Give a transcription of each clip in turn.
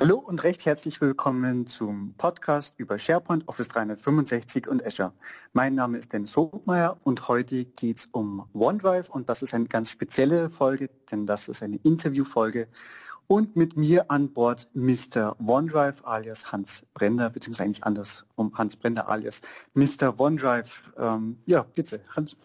Hallo und recht herzlich willkommen zum Podcast über SharePoint, Office 365 und Azure. Mein Name ist Dennis Hogmeier und heute geht es um OneDrive und das ist eine ganz spezielle Folge, denn das ist eine Interviewfolge. Und mit mir an Bord Mr. OneDrive alias Hans Brender, beziehungsweise eigentlich andersrum, Hans Brender alias Mr. OneDrive. Ja, bitte, Hans.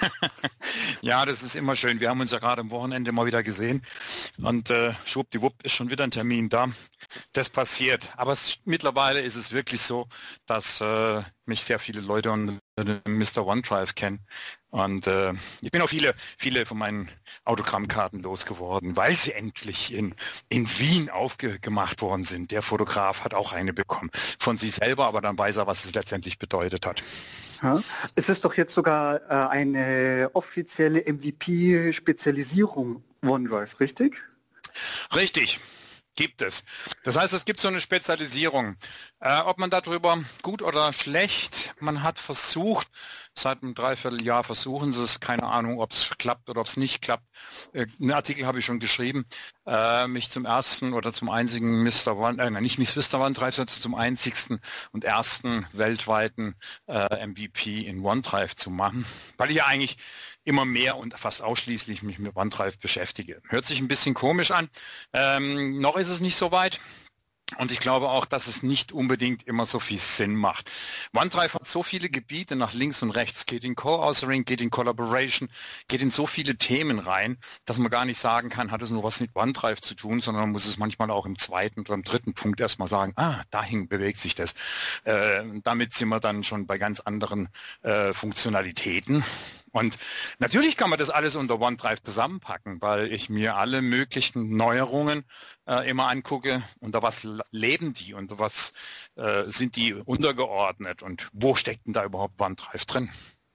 Ja, das ist immer schön. Wir haben uns ja gerade am Wochenende mal wieder gesehen und schwuppdiwupp ist schon wieder ein Termin da. Das passiert. Aber mittlerweile ist es wirklich so, dass mich sehr viele Leute unter Mr. OneDrive kennen. Und ich bin auch viele von meinen Autogrammkarten losgeworden, weil sie endlich in Wien aufgemacht worden sind. Der Fotograf hat auch eine bekommen von sich selber, aber dann weiß er, was es letztendlich bedeutet hat. Ja, es ist doch jetzt sogar eine offizielle MVP-Spezialisierung OneDrive, richtig? Richtig. Gibt es. Das heißt, es gibt so eine Spezialisierung. Ob man darüber gut oder schlecht, man hat versucht, seit einem Dreivierteljahr versuchen sie es, keine Ahnung, ob es klappt oder ob es nicht klappt. Einen Artikel habe ich schon geschrieben, mich zum ersten oder zum einzigen nicht Mr. OneDrive, sondern zum einzigsten und ersten weltweiten MVP in OneDrive zu machen, weil ich ja eigentlich immer mehr und fast ausschließlich mich mit OneDrive beschäftige. Hört sich ein bisschen komisch an. Noch ist es nicht so weit. Und ich glaube auch, dass es nicht unbedingt immer so viel Sinn macht. OneDrive hat so viele Gebiete nach links und rechts, geht in Co-Authoring, geht in Collaboration, geht in so viele Themen rein, dass man gar nicht sagen kann, hat es nur was mit OneDrive zu tun, sondern man muss es manchmal auch im zweiten oder im dritten Punkt erstmal sagen, dahin bewegt sich das. Damit sind wir dann schon bei ganz anderen Funktionalitäten. Und natürlich kann man das alles unter OneDrive zusammenpacken, weil ich mir alle möglichen Neuerungen immer angucke, unter was leben die, unter was sind die untergeordnet und wo steckt denn da überhaupt OneDrive drin?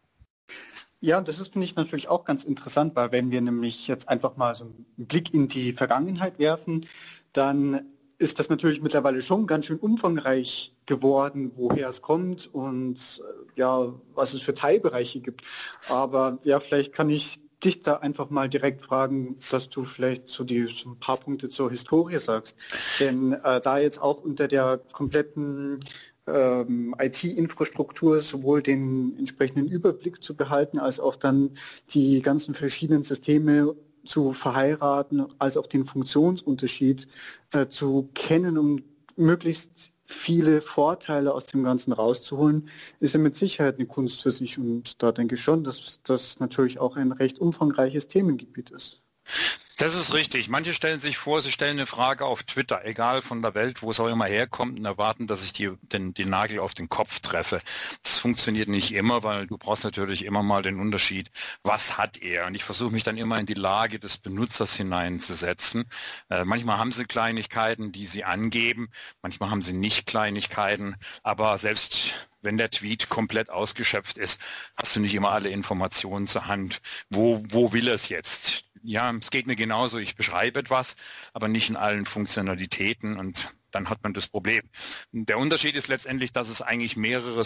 Ja, das ist, finde ich, natürlich auch ganz interessant, weil wenn wir nämlich jetzt einfach mal so einen Blick in die Vergangenheit werfen, dann ist das natürlich mittlerweile schon ganz schön umfangreich geworden, woher es kommt und ja, was es für Teilbereiche gibt. Aber ja, vielleicht kann ich dich da einfach mal direkt fragen, dass du vielleicht so ein paar Punkte zur Historie sagst. Denn da jetzt auch unter der kompletten IT-Infrastruktur sowohl den entsprechenden Überblick zu behalten, als auch dann die ganzen verschiedenen Systeme zu verheiraten, als auch den Funktionsunterschied zu kennen, um möglichst viele Vorteile aus dem Ganzen rauszuholen, ist ja mit Sicherheit eine Kunst für sich. Und da denke ich schon, dass das natürlich auch ein recht umfangreiches Themengebiet ist. Das ist richtig. Manche stellen sich vor, sie stellen eine Frage auf Twitter, egal von der Welt, wo es auch immer herkommt, und erwarten, dass ich den Nagel auf den Kopf treffe. Das funktioniert nicht immer, weil du brauchst natürlich immer mal den Unterschied, was hat er? Und ich versuche mich dann immer in die Lage des Benutzers hineinzusetzen. Manchmal haben sie Kleinigkeiten, die sie angeben, manchmal haben sie nicht Kleinigkeiten, aber selbst wenn der Tweet komplett ausgeschöpft ist, hast du nicht immer alle Informationen zur Hand. Wo will er es jetzt? Ja, es geht mir genauso. Ich beschreibe etwas, aber nicht in allen Funktionalitäten und dann hat man das Problem. Der Unterschied ist letztendlich, dass es eigentlich mehrere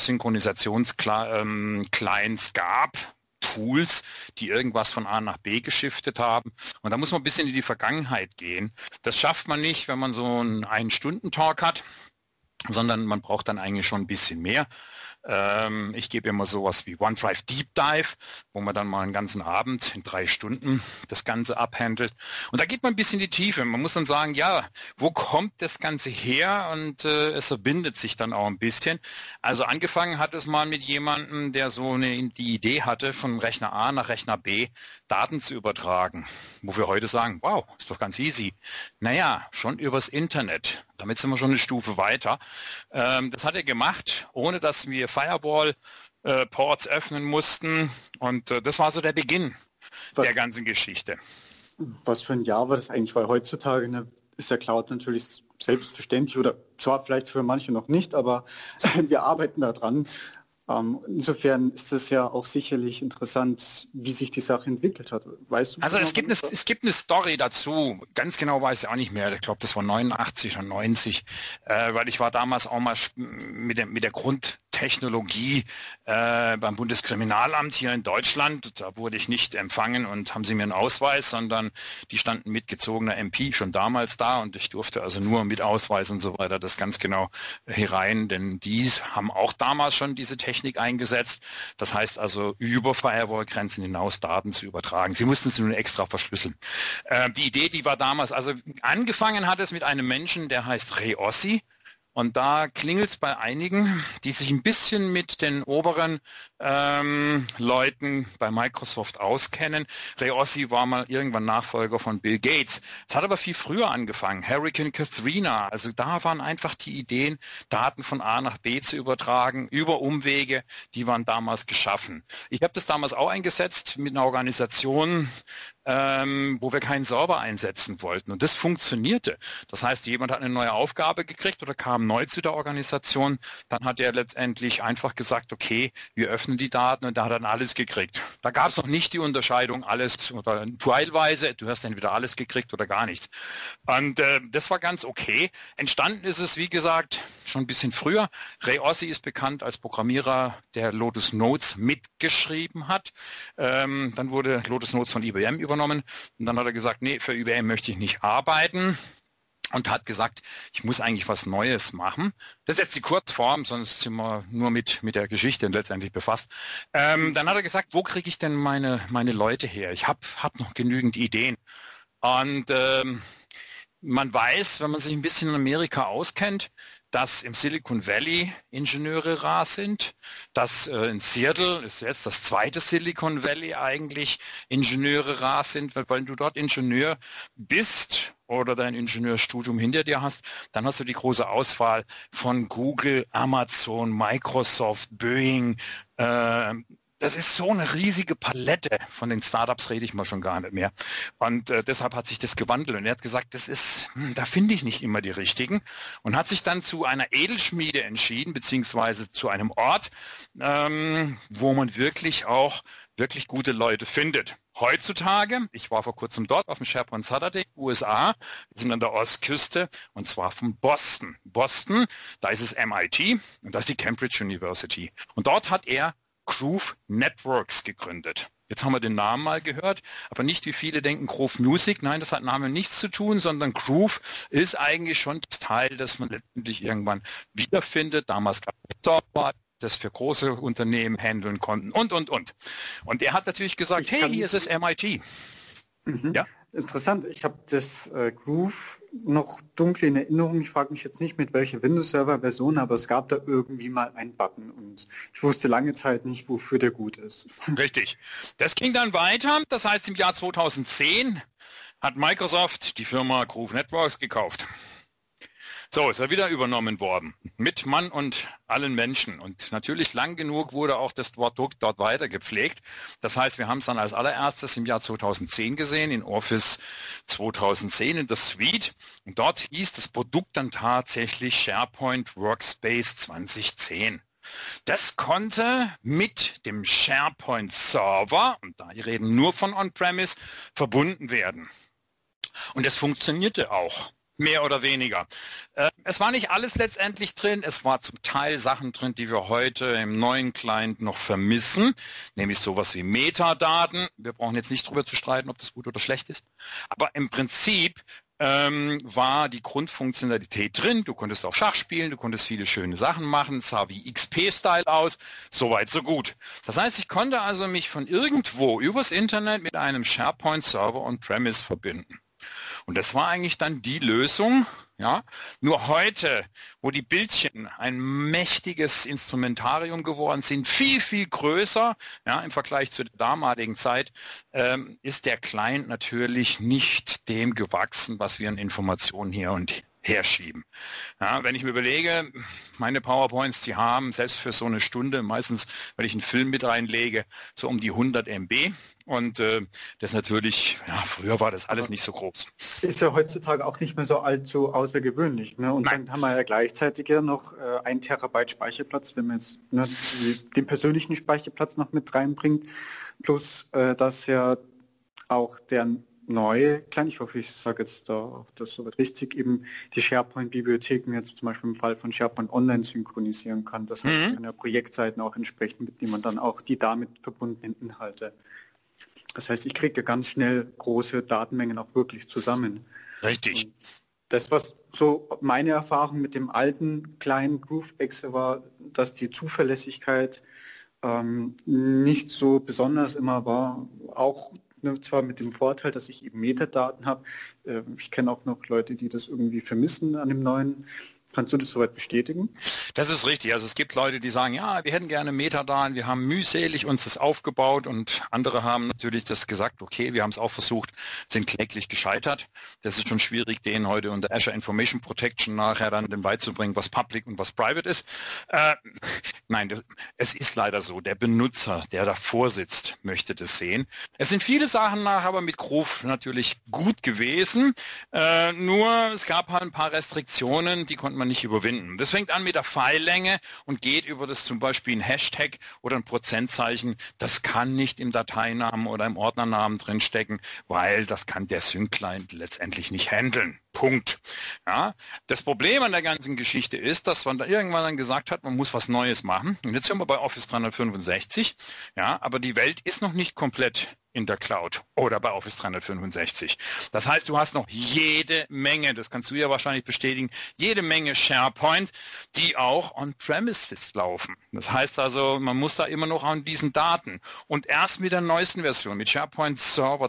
Synchronisationsclients gab, Tools, die irgendwas von A nach B geschiftet haben. Und da muss man ein bisschen in die Vergangenheit gehen. Das schafft man nicht, wenn man so einen Ein-Stunden-Talk hat, sondern man braucht dann eigentlich schon ein bisschen mehr. Ich gebe immer sowas wie OneDrive Deep Dive, wo man dann mal einen ganzen Abend in 3 Stunden das Ganze abhandelt. Und da geht man ein bisschen in die Tiefe. Man muss dann sagen, ja, wo kommt das Ganze her? Und es verbindet sich dann auch ein bisschen. Also angefangen hat es mal mit jemandem, der so die Idee hatte, von Rechner A nach Rechner B Daten zu übertragen. Wo wir heute sagen, wow, ist doch ganz easy. Naja, schon übers Internet. Damit sind wir schon eine Stufe weiter. Das hat er gemacht, ohne dass wir Firewall-Ports öffnen mussten. Und das war so der Beginn der ganzen Geschichte. Was für ein Jahr war das eigentlich? Weil heutzutage ist der Cloud natürlich selbstverständlich oder zwar vielleicht für manche noch nicht, aber wir arbeiten da dran. Insofern ist es ja auch sicherlich interessant, wie sich die Sache entwickelt hat. Weißt du? Also es gibt eine Story dazu. Ganz genau weiß ich auch nicht mehr. Ich glaube, das war 89 oder 90, weil ich war damals auch mal mit der Technologie beim Bundeskriminalamt hier in Deutschland. Da wurde ich nicht empfangen und haben sie mir einen Ausweis, sondern die standen mitgezogener MP schon damals da und ich durfte also nur mit Ausweis und so weiter das ganz genau herein, denn die haben auch damals schon diese Technik eingesetzt. Das heißt also über Firewall-Grenzen hinaus Daten zu übertragen. Sie mussten sie nur extra verschlüsseln. Die Idee, die war damals, also angefangen hat es mit einem Menschen, der heißt Ray Ossi. Und da klingelt es bei einigen, die sich ein bisschen mit den oberen Leuten bei Microsoft auskennen. Ray Ossi war mal irgendwann Nachfolger von Bill Gates. Es hat aber viel früher angefangen. Hurricane Katrina, also da waren einfach die Ideen, Daten von A nach B zu übertragen, über Umwege, die waren damals geschaffen. Ich habe das damals auch eingesetzt mit einer Organisation, wo wir keinen Server einsetzen wollten. Und das funktionierte. Das heißt, jemand hat eine neue Aufgabe gekriegt oder kam neu zu der Organisation. Dann hat er letztendlich einfach gesagt, okay, wir öffnen die Daten und da hat er dann alles gekriegt. Da gab es noch nicht die Unterscheidung, alles oder teilweise, du hast entweder alles gekriegt oder gar nichts. Und das war ganz okay. Entstanden ist es, wie gesagt, schon ein bisschen früher. Ray Ossi ist bekannt als Programmierer, der Lotus Notes mitgeschrieben hat. Dann wurde Lotus Notes von IBM übernommen und dann hat er gesagt, nee, für IBM möchte ich nicht arbeiten und hat gesagt, ich muss eigentlich was Neues machen. Das ist jetzt die Kurzform, sonst sind wir nur mit der Geschichte letztendlich befasst. Dann hat er gesagt, wo kriege ich denn meine Leute her? Ich hab noch genügend Ideen. Und man weiß, wenn man sich ein bisschen in Amerika auskennt, dass im Silicon Valley Ingenieure rar sind, dass in Seattle ist jetzt das zweite Silicon Valley eigentlich Ingenieure rar sind, weil wenn du dort Ingenieur bist oder dein Ingenieurstudium hinter dir hast, dann hast du die große Auswahl von Google, Amazon, Microsoft, Boeing, das ist so eine riesige Palette. Von den Startups rede ich mal schon gar nicht mehr. Und deshalb hat sich das gewandelt. Und er hat gesagt, da finde ich nicht immer die richtigen. Und hat sich dann zu einer Edelschmiede entschieden, beziehungsweise zu einem Ort, wo man wirklich gute Leute findet. Heutzutage, ich war vor kurzem dort auf dem SharePoint Saturday, USA, wir sind an der Ostküste und zwar von Boston. Boston, da ist es MIT und das ist die Cambridge University. Und dort hat er Groove Networks gegründet. Jetzt haben wir den Namen mal gehört, aber nicht wie viele denken Groove Music. Nein, das hat Namen nichts zu tun, sondern Groove ist eigentlich schon das Teil, das man letztendlich irgendwann wiederfindet. Damals gab es Software, das für große Unternehmen handeln konnten und. Und er hat natürlich gesagt, hey, hier ist das MIT. Mhm. Ja? Interessant. Ich habe das Groove noch dunkel in Erinnerung. Ich frage mich jetzt nicht, mit welcher Windows-Server-Version, aber es gab da irgendwie mal einen Button und ich wusste lange Zeit nicht, wofür der gut ist. Richtig. Das ging dann weiter. Das heißt, im Jahr 2010 hat Microsoft die Firma Groove Networks gekauft. So, ist er wieder übernommen worden. Mit Mann und allen Menschen. Und natürlich lang genug wurde auch das Produkt dort weiter gepflegt. Das heißt, wir haben es dann als allererstes im Jahr 2010 gesehen, in Office 2010 in der Suite. Und dort hieß das Produkt dann tatsächlich SharePoint Workspace 2010. Das konnte mit dem SharePoint Server, und da reden nur von On-Premise, verbunden werden. Und es funktionierte auch. Mehr oder weniger. Es war nicht alles letztendlich drin, es war zum Teil Sachen drin, die wir heute im neuen Client noch vermissen, nämlich sowas wie Metadaten. Wir brauchen jetzt nicht darüber zu streiten, ob das gut oder schlecht ist, aber im Prinzip war die Grundfunktionalität drin. Du konntest auch Schach spielen, du konntest viele schöne Sachen machen, es sah wie XP-Style aus, soweit so gut. Das heißt, ich konnte also mich von irgendwo übers Internet mit einem SharePoint-Server on-premise verbinden. Und das war eigentlich dann die Lösung, ja. Nur heute, wo die Bildchen ein mächtiges Instrumentarium geworden sind, viel, viel größer, ja, im Vergleich zu der damaligen Zeit, ist der Client natürlich nicht dem gewachsen, was wir an Informationen hier und herschieben. Ja, wenn ich mir überlege, meine PowerPoints, die haben selbst für so eine Stunde, meistens, wenn ich einen Film mit reinlege, so um die 100 MB. Und das natürlich, ja, früher war das alles nicht so groß. Ist ja heutzutage auch nicht mehr so allzu außergewöhnlich. Ne? Und Nein. Dann haben wir ja gleichzeitig ja noch 1 Terabyte Speicherplatz, wenn man jetzt den persönlichen Speicherplatz noch mit reinbringt. Plus, dass ja auch der neue Client, ich hoffe, ich sage jetzt da auch das soweit richtig, eben die SharePoint-Bibliotheken jetzt zum Beispiel im Fall von SharePoint Online synchronisieren kann. Das heißt, man ja Projektseiten auch entsprechend mitnehmen man dann auch die damit verbundenen Inhalte. Das heißt, ich kriege ganz schnell große Datenmengen auch wirklich zusammen. Richtig. Und das, was so meine Erfahrung mit dem alten kleinen GrooveExe war, dass die Zuverlässigkeit nicht so besonders immer war, auch zwar mit dem Vorteil, dass ich eben Metadaten habe. Ich kenne auch noch Leute, die das irgendwie vermissen an dem neuen. Kannst du das soweit bestätigen? Das ist richtig. Also es gibt Leute, die sagen, ja, wir hätten gerne Metadaten, wir haben mühselig uns das aufgebaut und andere haben natürlich das gesagt, okay, wir haben es auch versucht, sind kläglich gescheitert. Das ist schon schwierig, denen heute unter Azure Information Protection nachher dann dem beizubringen, was Public und was Private ist. Nein, es ist leider so. Der Benutzer, der davor sitzt, möchte das sehen. Es sind viele Sachen nachher aber mit Groove natürlich gut gewesen. Nur es gab halt ein paar Restriktionen, die konnte man nicht überwinden. Das fängt an mit der Filelänge und geht über das zum Beispiel ein Hashtag oder ein Prozentzeichen. Das kann nicht im Dateinamen oder im Ordnernamen drinstecken, weil das kann der Sync-Client letztendlich nicht handeln. Punkt. Ja, das Problem an der ganzen Geschichte ist, dass man da irgendwann dann gesagt hat, man muss was Neues machen. Und jetzt sind wir bei Office 365. Ja, aber die Welt ist noch nicht komplett in der Cloud oder bei Office 365. Das heißt, du hast noch jede Menge, das kannst du ja wahrscheinlich bestätigen, jede Menge SharePoint, die auch on-premises laufen. Das heißt also, man muss da immer noch an diesen Daten. Und erst mit der neuesten Version, mit SharePoint Server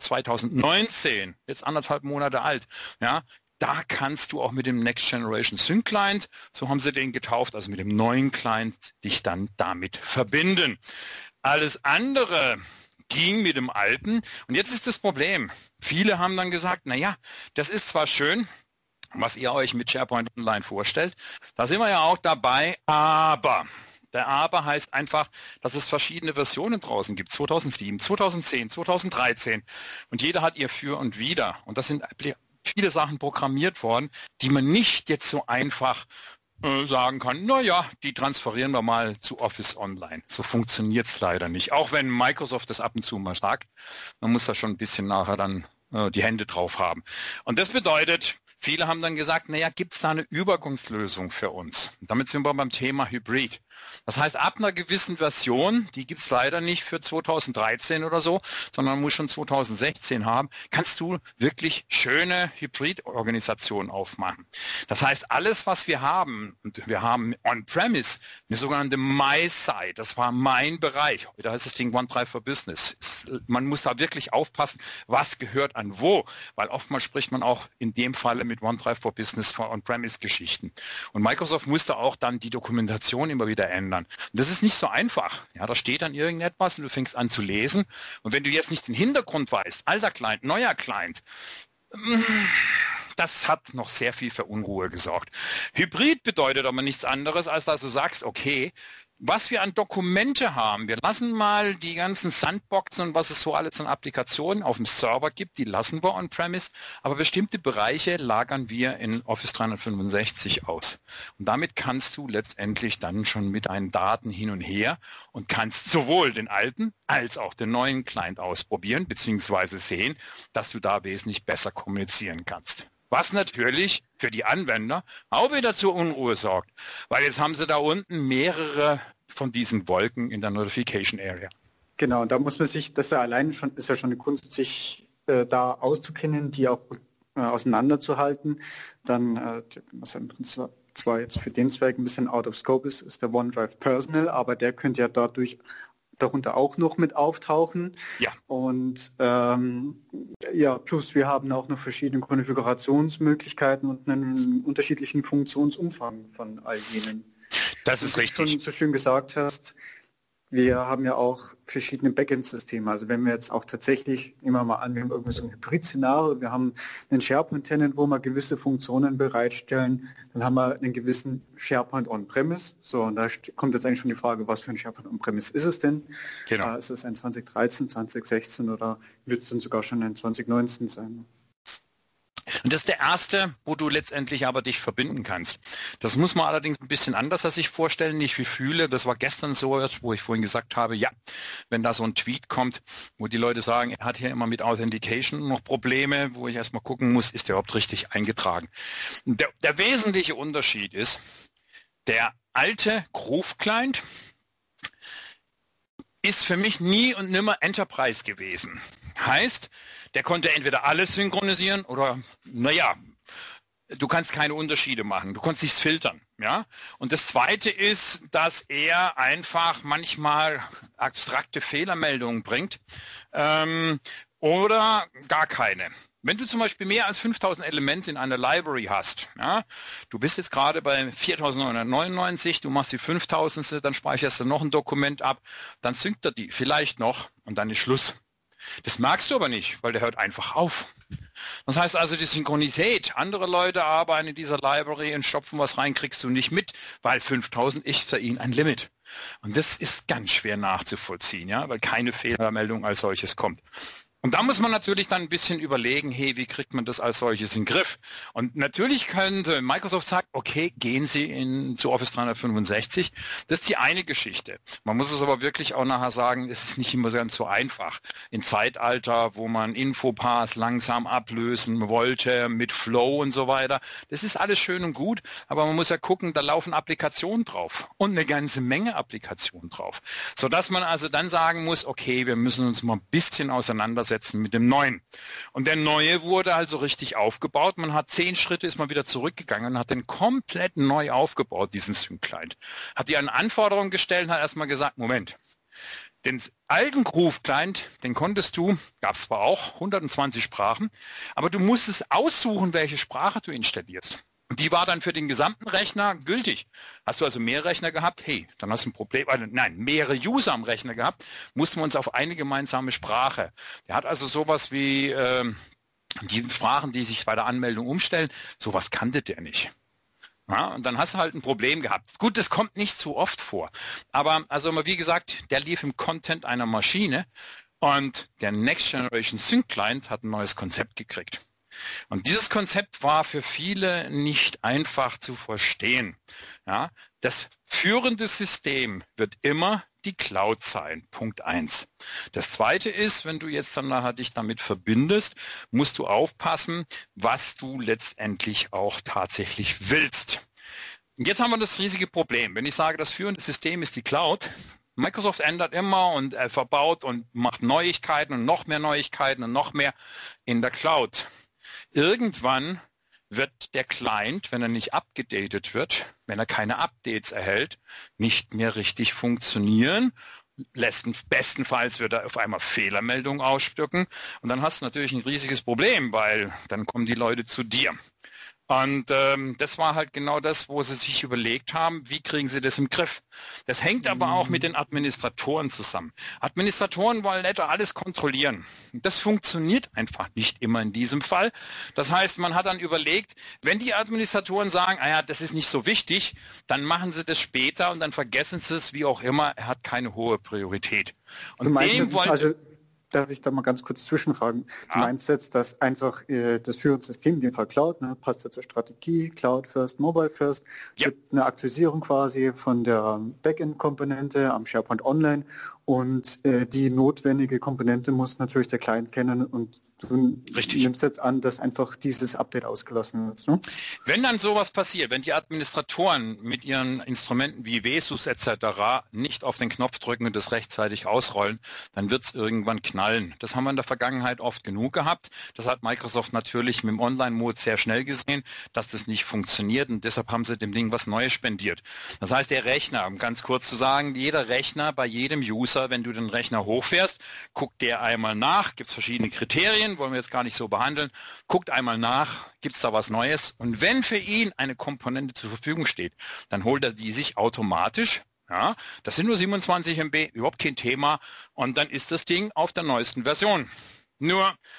2019, jetzt 1,5 Monate alt, ja, da kannst du auch mit dem Next Generation Sync Client, so haben sie den getauft, also mit dem neuen Client, dich dann damit verbinden. Alles andere ging mit dem alten. Und jetzt ist das Problem. Viele haben dann gesagt, naja, das ist zwar schön, was ihr euch mit SharePoint Online vorstellt, da sind wir ja auch dabei, aber der Aber heißt einfach, dass es verschiedene Versionen draußen gibt. 2007, 2010, 2013. Und jeder hat ihr Für und Wider. Und das sind viele Sachen programmiert worden, die man nicht jetzt so einfach sagen kann, naja, die transferieren wir mal zu Office Online. So funktioniert es leider nicht. Auch wenn Microsoft das ab und zu mal sagt, man muss da schon ein bisschen nachher dann die Hände drauf haben. Und das bedeutet, viele haben dann gesagt, naja, gibt es da eine Übergangslösung für uns? Und damit sind wir beim Thema Hybrid. Das heißt, ab einer gewissen Version, die gibt es leider nicht für 2013 oder so, sondern man muss schon 2016 haben, kannst du wirklich schöne Hybrid-Organisationen aufmachen. Das heißt, alles, was wir haben, und wir haben On-Premise, eine sogenannte My-Site, das war mein Bereich. Heute heißt das Ding OneDrive for Business. Man muss da wirklich aufpassen, was gehört an wo, weil oftmals spricht man auch in dem Falle mit OneDrive for Business von On-Premise-Geschichten. Und Microsoft musste auch dann die Dokumentation immer wieder ändern. Und das ist nicht so einfach. Ja, da steht dann irgendetwas und du fängst an zu lesen. Und wenn du jetzt nicht den Hintergrund weißt, alter Client, neuer Client, das hat noch sehr viel für Unruhe gesorgt. Hybrid bedeutet aber nichts anderes, als dass du sagst, okay, was wir an Dokumente haben, wir lassen mal die ganzen Sandboxen und was es so alles an Applikationen auf dem Server gibt, die lassen wir on-premise, aber bestimmte Bereiche lagern wir in Office 365 aus. Und damit kannst du letztendlich dann schon mit deinen Daten hin und her und kannst sowohl den alten als auch den neuen Client ausprobieren, beziehungsweise sehen, dass du da wesentlich besser kommunizieren kannst. Was natürlich für die Anwender auch wieder zur Unruhe sorgt, weil jetzt haben sie da unten mehrere von diesen Wolken in der Notification Area. Genau, und da muss man sich, das ja alleine schon, ist ja schon eine Kunst, sich da auszukennen, die auch auseinanderzuhalten. Dann, was im Prinzip zwar jetzt für den Zweig ein bisschen out of scope ist, ist der OneDrive Personal, aber der könnte ja darunter auch noch mit auftauchen. Ja. Und ja, plus wir haben auch noch verschiedene Konfigurationsmöglichkeiten und einen unterschiedlichen Funktionsumfang von all jenen. Das ist richtig. Wie du schon so schön gesagt hast, wir haben ja auch verschiedene Backend-Systeme. Also wenn wir jetzt auch tatsächlich, nehmen wir mal an, wir haben irgendwie so ein Hybrid-Szenario, wir haben einen SharePoint-Tenant, wo wir gewisse Funktionen bereitstellen, dann haben wir einen gewissen SharePoint On-Premise. So, und da kommt jetzt eigentlich schon die Frage, was für ein SharePoint On-Premise ist es denn? Genau. Ist es ein 2013, 2016 oder wird es dann sogar schon ein 2019 sein? Und das ist der erste, wo du letztendlich aber dich verbinden kannst. Das muss man allerdings ein bisschen anders als sich vorstellen, nicht wie fühle. Das war gestern so, wo ich vorhin gesagt habe, ja, wenn da so ein Tweet kommt, wo die Leute sagen, er hat hier immer mit Authentication noch Probleme, wo ich erstmal gucken muss, ist der überhaupt richtig eingetragen. Der wesentliche Unterschied ist, der alte Groove-Client ist für mich nie und nimmer Enterprise gewesen. Heißt, der konnte entweder alles synchronisieren oder, naja, du kannst keine Unterschiede machen. Du konntest nichts filtern. Ja? Und das Zweite ist, dass er einfach manchmal abstrakte Fehlermeldungen bringt oder gar keine. Wenn du zum Beispiel mehr als 5000 Elemente in einer Library hast, ja, du bist jetzt gerade bei 4999, du machst die 5000. Dann speicherst du noch ein Dokument ab, dann synkt er die vielleicht noch und dann ist Schluss. Das merkst du aber nicht, weil der hört einfach auf. Das heißt also, die Synchronität, andere Leute arbeiten in dieser Library und stopfen was rein, kriegst du nicht mit, weil 5000 ist für ihn ein Limit. Und das ist ganz schwer nachzuvollziehen, ja, weil keine Fehlermeldung als solches kommt. Und da muss man natürlich dann ein bisschen überlegen, hey, wie kriegt man das als solches in den Griff? Und natürlich könnte Microsoft sagen, okay, gehen Sie zu Office 365. Das ist die eine Geschichte. Man muss es aber wirklich auch nachher sagen, es ist nicht immer ganz so einfach. Im Zeitalter, wo man Infopass langsam ablösen wollte mit Flow und so weiter, das ist alles schön und gut, aber man muss ja gucken, da laufen Applikationen drauf und eine ganze Menge Applikationen drauf, sodass man also dann sagen muss, okay, wir müssen uns mal ein bisschen auseinandersetzen mit dem Neuen. Und der Neue wurde also richtig aufgebaut. Man hat 10 Schritte, ist man wieder zurückgegangen und hat den komplett neu aufgebaut, diesen Sync-Client. Hat die eine Anforderung gestellt und hat erstmal gesagt, Moment, den alten Groove-Client, den konntest du, gab es zwar auch 120 Sprachen, aber du musstest aussuchen, welche Sprache du installierst. Und die war dann für den gesamten Rechner gültig. Hast du also mehr Rechner gehabt? Hey, dann hast du ein Problem. Nein, mehrere User am Rechner gehabt, mussten wir uns auf eine gemeinsame Sprache. Der hat also sowas wie die Sprachen, die sich bei der Anmeldung umstellen, sowas kannte der nicht. Ja, und dann hast du halt ein Problem gehabt. Gut, das kommt nicht so oft vor. Aber also wie gesagt, der lief im Content einer Maschine und der Next Generation Sync Client hat ein neues Konzept gekriegt. Und dieses Konzept war für viele nicht einfach zu verstehen. Ja, das führende System wird immer die Cloud sein, Punkt 1. Das Zweite ist, wenn du jetzt dann nachher dich damit verbindest, musst du aufpassen, was du letztendlich auch tatsächlich willst. Und jetzt haben wir das riesige Problem. Wenn ich sage, das führende System ist die Cloud, Microsoft ändert immer und verbaut und macht Neuigkeiten und noch mehr Neuigkeiten und noch mehr in der Cloud. Irgendwann wird der Client, wenn er nicht abgedatet wird, wenn er keine Updates erhält, nicht mehr richtig funktionieren. Bestenfalls wird er auf einmal Fehlermeldungen ausspucken und dann hast du natürlich ein riesiges Problem, weil dann kommen die Leute zu dir. Und das war halt genau das, wo sie sich überlegt haben, wie kriegen sie das im Griff. Das hängt aber auch mit den Administratoren zusammen. Administratoren wollen etwa alles kontrollieren. Das funktioniert einfach nicht immer in diesem Fall. Das heißt, man hat dann überlegt, wenn die Administratoren sagen, ah ja, das ist nicht so wichtig, dann machen sie das später und dann vergessen sie es, wie auch immer, er hat keine hohe Priorität. Und dem wollen... Darf ich da mal ganz kurz zwischenfragen? Du meinst jetzt, dass einfach das Führungssystem, in dem Fall Cloud, passt ja zur Strategie, Cloud First, Mobile First, gibt eine Aktualisierung quasi von der Backend-Komponente am SharePoint Online und die notwendige Komponente muss natürlich der Client kennen und du nimmst jetzt an, dass einfach dieses Update ausgelassen wird. Ne? Wenn dann sowas passiert, wenn die Administratoren mit ihren Instrumenten wie Vesus etc. nicht auf den Knopf drücken und das rechtzeitig ausrollen, dann wird es irgendwann knallen. Das haben wir in der Vergangenheit oft genug gehabt. Das hat Microsoft natürlich mit dem Online-Mode sehr schnell gesehen, dass das nicht funktioniert und deshalb haben sie dem Ding was Neues spendiert. Das heißt, der Rechner, um ganz kurz zu sagen, jeder Rechner bei jedem User, wenn du den Rechner hochfährst, guckt der einmal nach, gibt es verschiedene Kriterien, wollen wir jetzt gar nicht so behandeln, guckt einmal nach, gibt es da was Neues und wenn für ihn eine Komponente zur Verfügung steht, dann holt er die sich automatisch. Ja, das sind nur 27 MB, überhaupt kein Thema und dann ist das Ding auf der neuesten Version. Nur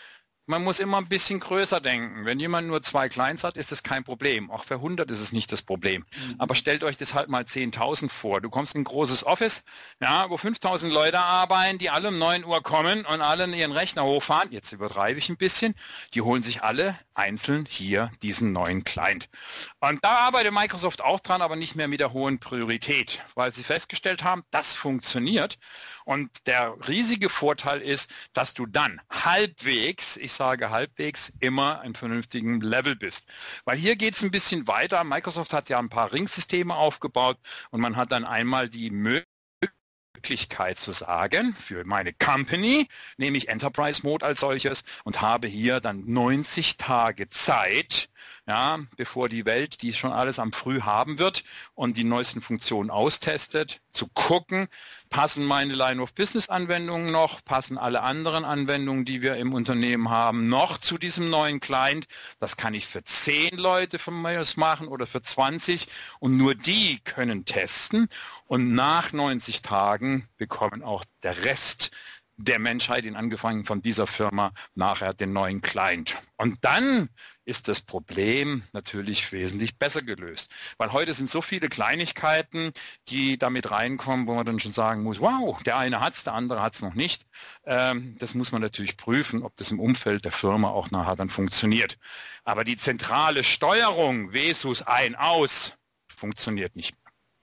Man muss immer ein bisschen größer denken. Wenn jemand nur 2 Clients hat, ist das kein Problem. Auch für 100 ist es nicht das Problem. Aber stellt euch das halt mal 10.000 vor. Du kommst in ein großes Office, ja, wo 5.000 Leute arbeiten, die alle um 9 Uhr kommen und alle ihren Rechner hochfahren. Jetzt übertreibe ich ein bisschen. Die holen sich alle einzeln hier diesen neuen Client. Und da arbeitet Microsoft auch dran, aber nicht mehr mit der hohen Priorität, weil sie festgestellt haben, das funktioniert. Und der riesige Vorteil ist, dass du dann halbwegs, ich sage halbwegs, immer ein vernünftigen Level bist. Weil hier geht es ein bisschen weiter. Microsoft hat ja ein paar Ringsysteme aufgebaut und man hat dann einmal die Möglichkeit zu sagen, für meine Company nehme ich Enterprise Mode als solches und habe hier dann 90 Tage Zeit, ja, bevor die Welt, die schon alles am Früh haben wird und die neuesten Funktionen austestet, zu gucken, passen meine Line-of-Business-Anwendungen noch, passen alle anderen Anwendungen, die wir im Unternehmen haben, noch zu diesem neuen Client. Das kann ich für 10 Leute von mir aus machen oder für 20 und nur die können testen und nach 90 Tagen bekommen auch der Rest der Menschheit, angefangen von dieser Firma, nachher den neuen Client. Und dann ist das Problem natürlich wesentlich besser gelöst. Weil heute sind so viele Kleinigkeiten, die damit reinkommen, wo man dann schon sagen muss, wow, der eine hat's, der andere hat's noch nicht. Das muss man natürlich prüfen, ob das im Umfeld der Firma auch nachher dann funktioniert. Aber die zentrale Steuerung versus ein-aus funktioniert nicht mehr.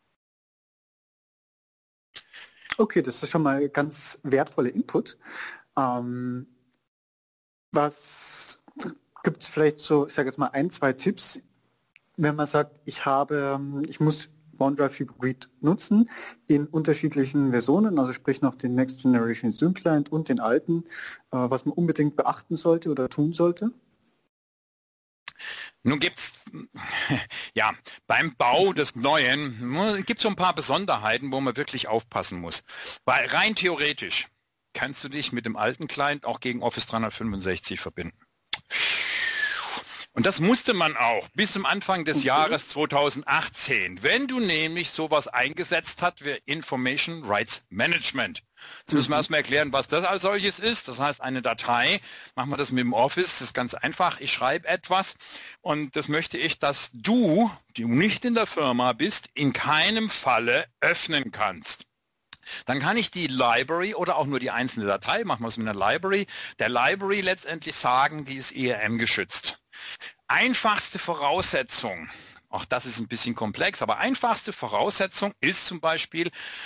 Okay, das ist schon mal ganz wertvoller Input. Was gibt es vielleicht so, ich sage jetzt mal 1, 2 Tipps, wenn man sagt, ich muss OneDrive Hybrid nutzen in unterschiedlichen Versionen, also sprich noch den Next Generation Sync Client und den alten, was man unbedingt beachten sollte oder tun sollte? Nun gibt's ja beim Bau des Neuen gibt's so ein paar Besonderheiten, wo man wirklich aufpassen muss. Weil rein theoretisch kannst du dich mit dem alten Client auch gegen Office 365 verbinden. Und das musste man auch bis zum Anfang des Jahres 2018, wenn du nämlich sowas eingesetzt hast wie Information Rights Management. Jetzt müssen wir erstmal erklären, was das als solches ist. Das heißt, eine Datei, machen wir das mit dem Office, das ist ganz einfach. Ich schreibe etwas und das möchte ich, dass du, die nicht in der Firma bist, in keinem Falle öffnen kannst. Dann kann ich die Library oder auch nur die einzelne Datei, machen wir es mit einer Library, der Library letztendlich sagen, die ist ERM geschützt. Einfachste Voraussetzung, auch das ist ein bisschen komplex, aber einfachste Voraussetzung ist zum Beispiel,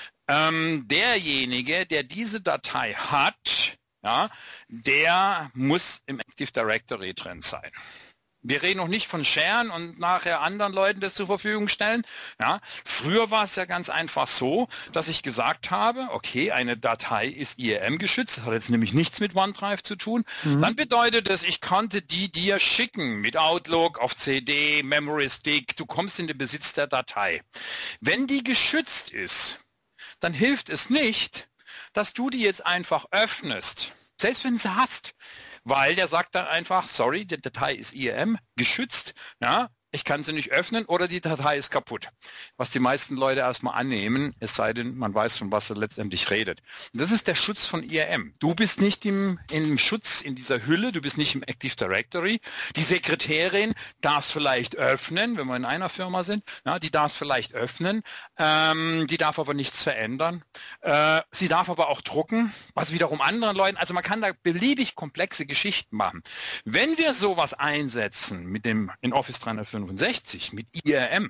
derjenige, der diese Datei hat, ja, der muss im Active Directory drin sein. Wir reden noch nicht von Sharen und nachher anderen Leuten das zur Verfügung stellen. Ja, früher war es ja ganz einfach so, dass ich gesagt habe, okay, eine Datei ist IRM geschützt, das hat jetzt nämlich nichts mit OneDrive zu tun. Dann bedeutet das, ich konnte die dir schicken mit Outlook auf CD, Memory Stick, du kommst in den Besitz der Datei. Wenn die geschützt ist, dann hilft es nicht, dass du die jetzt einfach öffnest, selbst wenn du sie hast. Weil der sagt dann einfach, sorry, die Datei ist IRM geschützt, ja, ich kann sie nicht öffnen oder die Datei ist kaputt. Was die meisten Leute erstmal annehmen, es sei denn, man weiß, von was er letztendlich redet. Und das ist der Schutz von IRM. Du bist nicht im Schutz in dieser Hülle, du bist nicht im Active Directory. Die Sekretärin darf es vielleicht öffnen, wenn wir in einer Firma sind, ja, die darf es vielleicht öffnen, die darf aber nichts verändern. Sie darf aber auch drucken, was wiederum anderen Leuten, also man kann da beliebig komplexe Geschichten machen. Wenn wir sowas einsetzen mit dem in Office 365 mit IRM,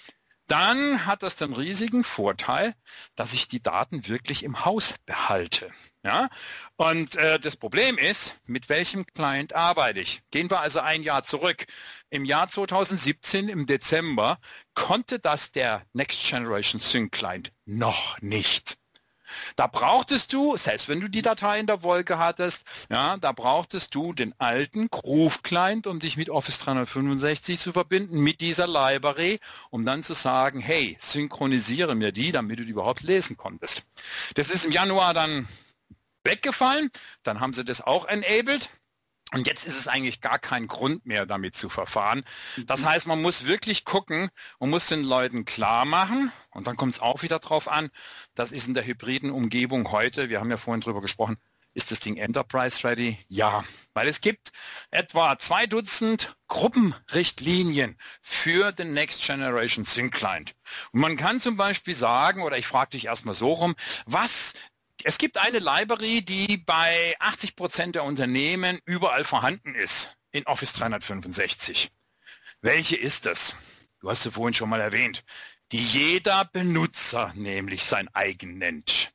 dann hat das den riesigen Vorteil, dass ich die Daten wirklich im Haus behalte. Ja? Und das Problem ist, mit welchem Client arbeite ich? Gehen wir also ein Jahr zurück. Im Jahr 2017, im Dezember, konnte das der Next Generation Sync Client noch nicht. Da brauchtest du, selbst wenn du die Datei in der Wolke hattest, ja, da brauchtest du den alten Groove-Client, um dich mit Office 365 zu verbinden, mit dieser Library, um dann zu sagen, hey, synchronisiere mir die, damit du die überhaupt lesen konntest. Das ist im Januar dann weggefallen, dann haben sie das auch enabled. Und jetzt ist es eigentlich gar kein Grund mehr, damit zu verfahren. Das heißt, man muss wirklich gucken und muss den Leuten klar machen, und dann kommt es auch wieder drauf an, das ist in der hybriden Umgebung heute, wir haben ja vorhin drüber gesprochen, ist das Ding Enterprise ready? Ja, weil es gibt etwa 2 Dutzend Gruppenrichtlinien für den Next Generation Sync Client. Und man kann zum Beispiel sagen, oder ich frage dich erstmal so rum, es gibt eine Library, die bei 80% der Unternehmen überall vorhanden ist in Office 365. Welche ist das? Du hast sie vorhin schon mal erwähnt. Die jeder Benutzer nämlich sein eigen nennt.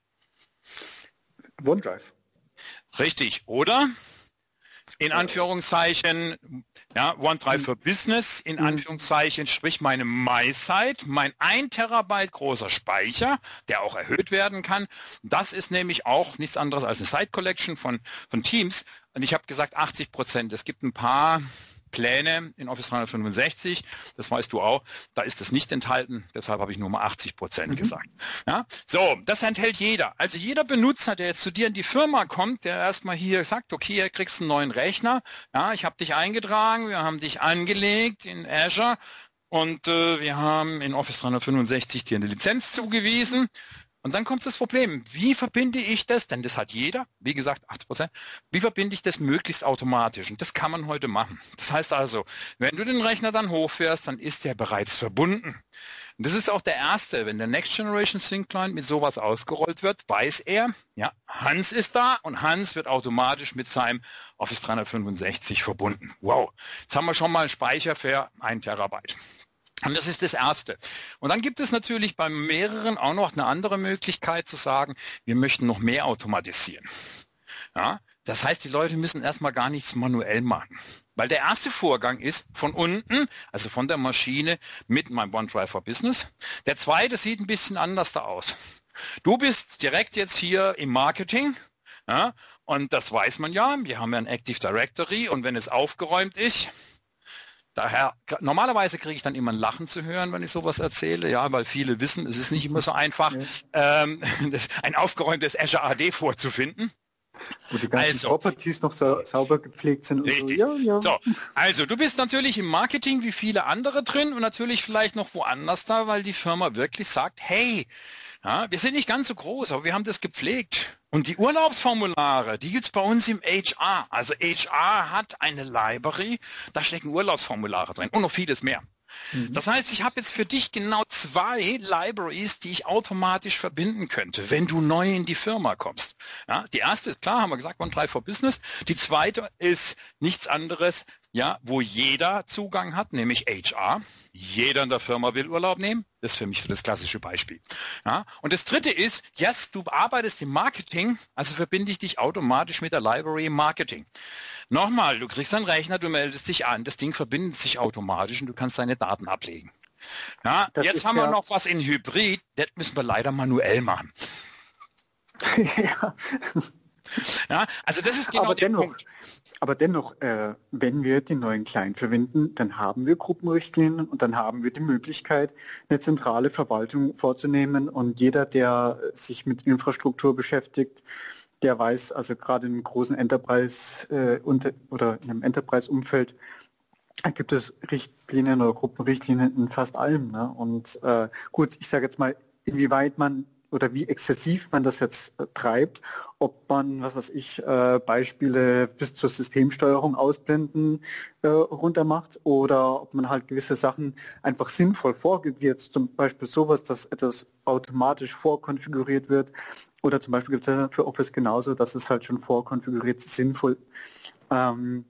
OneDrive. Richtig, oder? In Anführungszeichen, ja, OneDrive für Business, in Anführungszeichen, sprich meine MySite, mein 1 Terabyte großer Speicher, der auch erhöht werden kann. Das ist nämlich auch nichts anderes als eine Site Collection von Teams. Und ich habe gesagt 80%. Es gibt ein paar Pläne in Office 365, das weißt du auch, da ist das nicht enthalten, deshalb habe ich nur mal 80% gesagt. Ja? So, das enthält jeder. Also jeder Benutzer, der jetzt zu dir in die Firma kommt, der erstmal hier sagt, okay, hier kriegst du einen neuen Rechner, ja, ich habe dich eingetragen, wir haben dich angelegt in Azure und wir haben in Office 365 dir eine Lizenz zugewiesen. Und dann kommt das Problem, wie verbinde ich das, denn das hat jeder, wie gesagt 80%, wie verbinde ich das möglichst automatisch? Und das kann man heute machen. Das heißt also, wenn du den Rechner dann hochfährst, dann ist der bereits verbunden. Und das ist auch der erste, wenn der Next Generation Sync Client mit sowas ausgerollt wird, weiß er, ja, Hans ist da und Hans wird automatisch mit seinem Office 365 verbunden. Wow, jetzt haben wir schon mal einen Speicher für 1 Terabyte. Und das ist das Erste. Und dann gibt es natürlich bei mehreren auch noch eine andere Möglichkeit zu sagen, wir möchten noch mehr automatisieren. Ja, das heißt, die Leute müssen erstmal gar nichts manuell machen. Weil der erste Vorgang ist von unten, also von der Maschine mit meinem OneDrive for Business. Der zweite sieht ein bisschen anders da aus. Du bist direkt jetzt hier im Marketing. Ja, und das weiß man ja. Wir haben ja ein Active Directory und wenn es aufgeräumt ist, daher, normalerweise kriege ich dann immer ein Lachen zu hören, wenn ich sowas erzähle, ja, weil viele wissen, es ist nicht immer so einfach, ein aufgeräumtes Azure AD vorzufinden. Wo die ganzen Properties noch so sauber gepflegt sind. Richtig. Und so. Ja. So, also du bist natürlich im Marketing wie viele andere drin und natürlich vielleicht noch woanders da, weil die Firma wirklich sagt, hey, ja, wir sind nicht ganz so groß, aber wir haben das gepflegt. Und die Urlaubsformulare, die gibt's bei uns im HR. Also HR hat eine Library, da stecken Urlaubsformulare drin und noch vieles mehr. Das heißt, ich habe jetzt für dich genau 2 Libraries, die ich automatisch verbinden könnte, wenn du neu in die Firma kommst. Ja, die erste ist klar, haben wir gesagt, OneDrive for Business. Die zweite ist nichts anderes, ja, wo jeder Zugang hat, nämlich HR. Jeder in der Firma will Urlaub nehmen. Das ist für mich so das klassische Beispiel. Ja, und das dritte ist, yes, du arbeitest im Marketing, also verbinde ich dich automatisch mit der Library im Marketing. Nochmal, du kriegst einen Rechner, du meldest dich an, das Ding verbindet sich automatisch und du kannst deine Daten ablegen. Ja, jetzt haben wir noch was in Hybrid, das müssen wir leider manuell machen. Ja. Ja, also das ist genau der Punkt. Aber dennoch, wenn wir den neuen Client verwenden, dann haben wir Gruppenrichtlinien und dann haben wir die Möglichkeit, eine zentrale Verwaltung vorzunehmen und jeder, der sich mit Infrastruktur beschäftigt, der weiß, also gerade in einem großen Enterprise oder in einem Enterprise-Umfeld gibt es Richtlinien oder Gruppenrichtlinien in fast allem. Ne? Und gut, ich sage jetzt mal, inwieweit man oder wie exzessiv man das jetzt treibt, ob man, was weiß ich, Beispiele bis zur Systemsteuerung ausblenden runter macht oder ob man halt gewisse Sachen einfach sinnvoll vorgibt, wie jetzt zum Beispiel sowas, dass etwas automatisch vorkonfiguriert wird oder zum Beispiel gibt es ja für Office genauso, dass es halt schon vorkonfiguriert sinnvoll und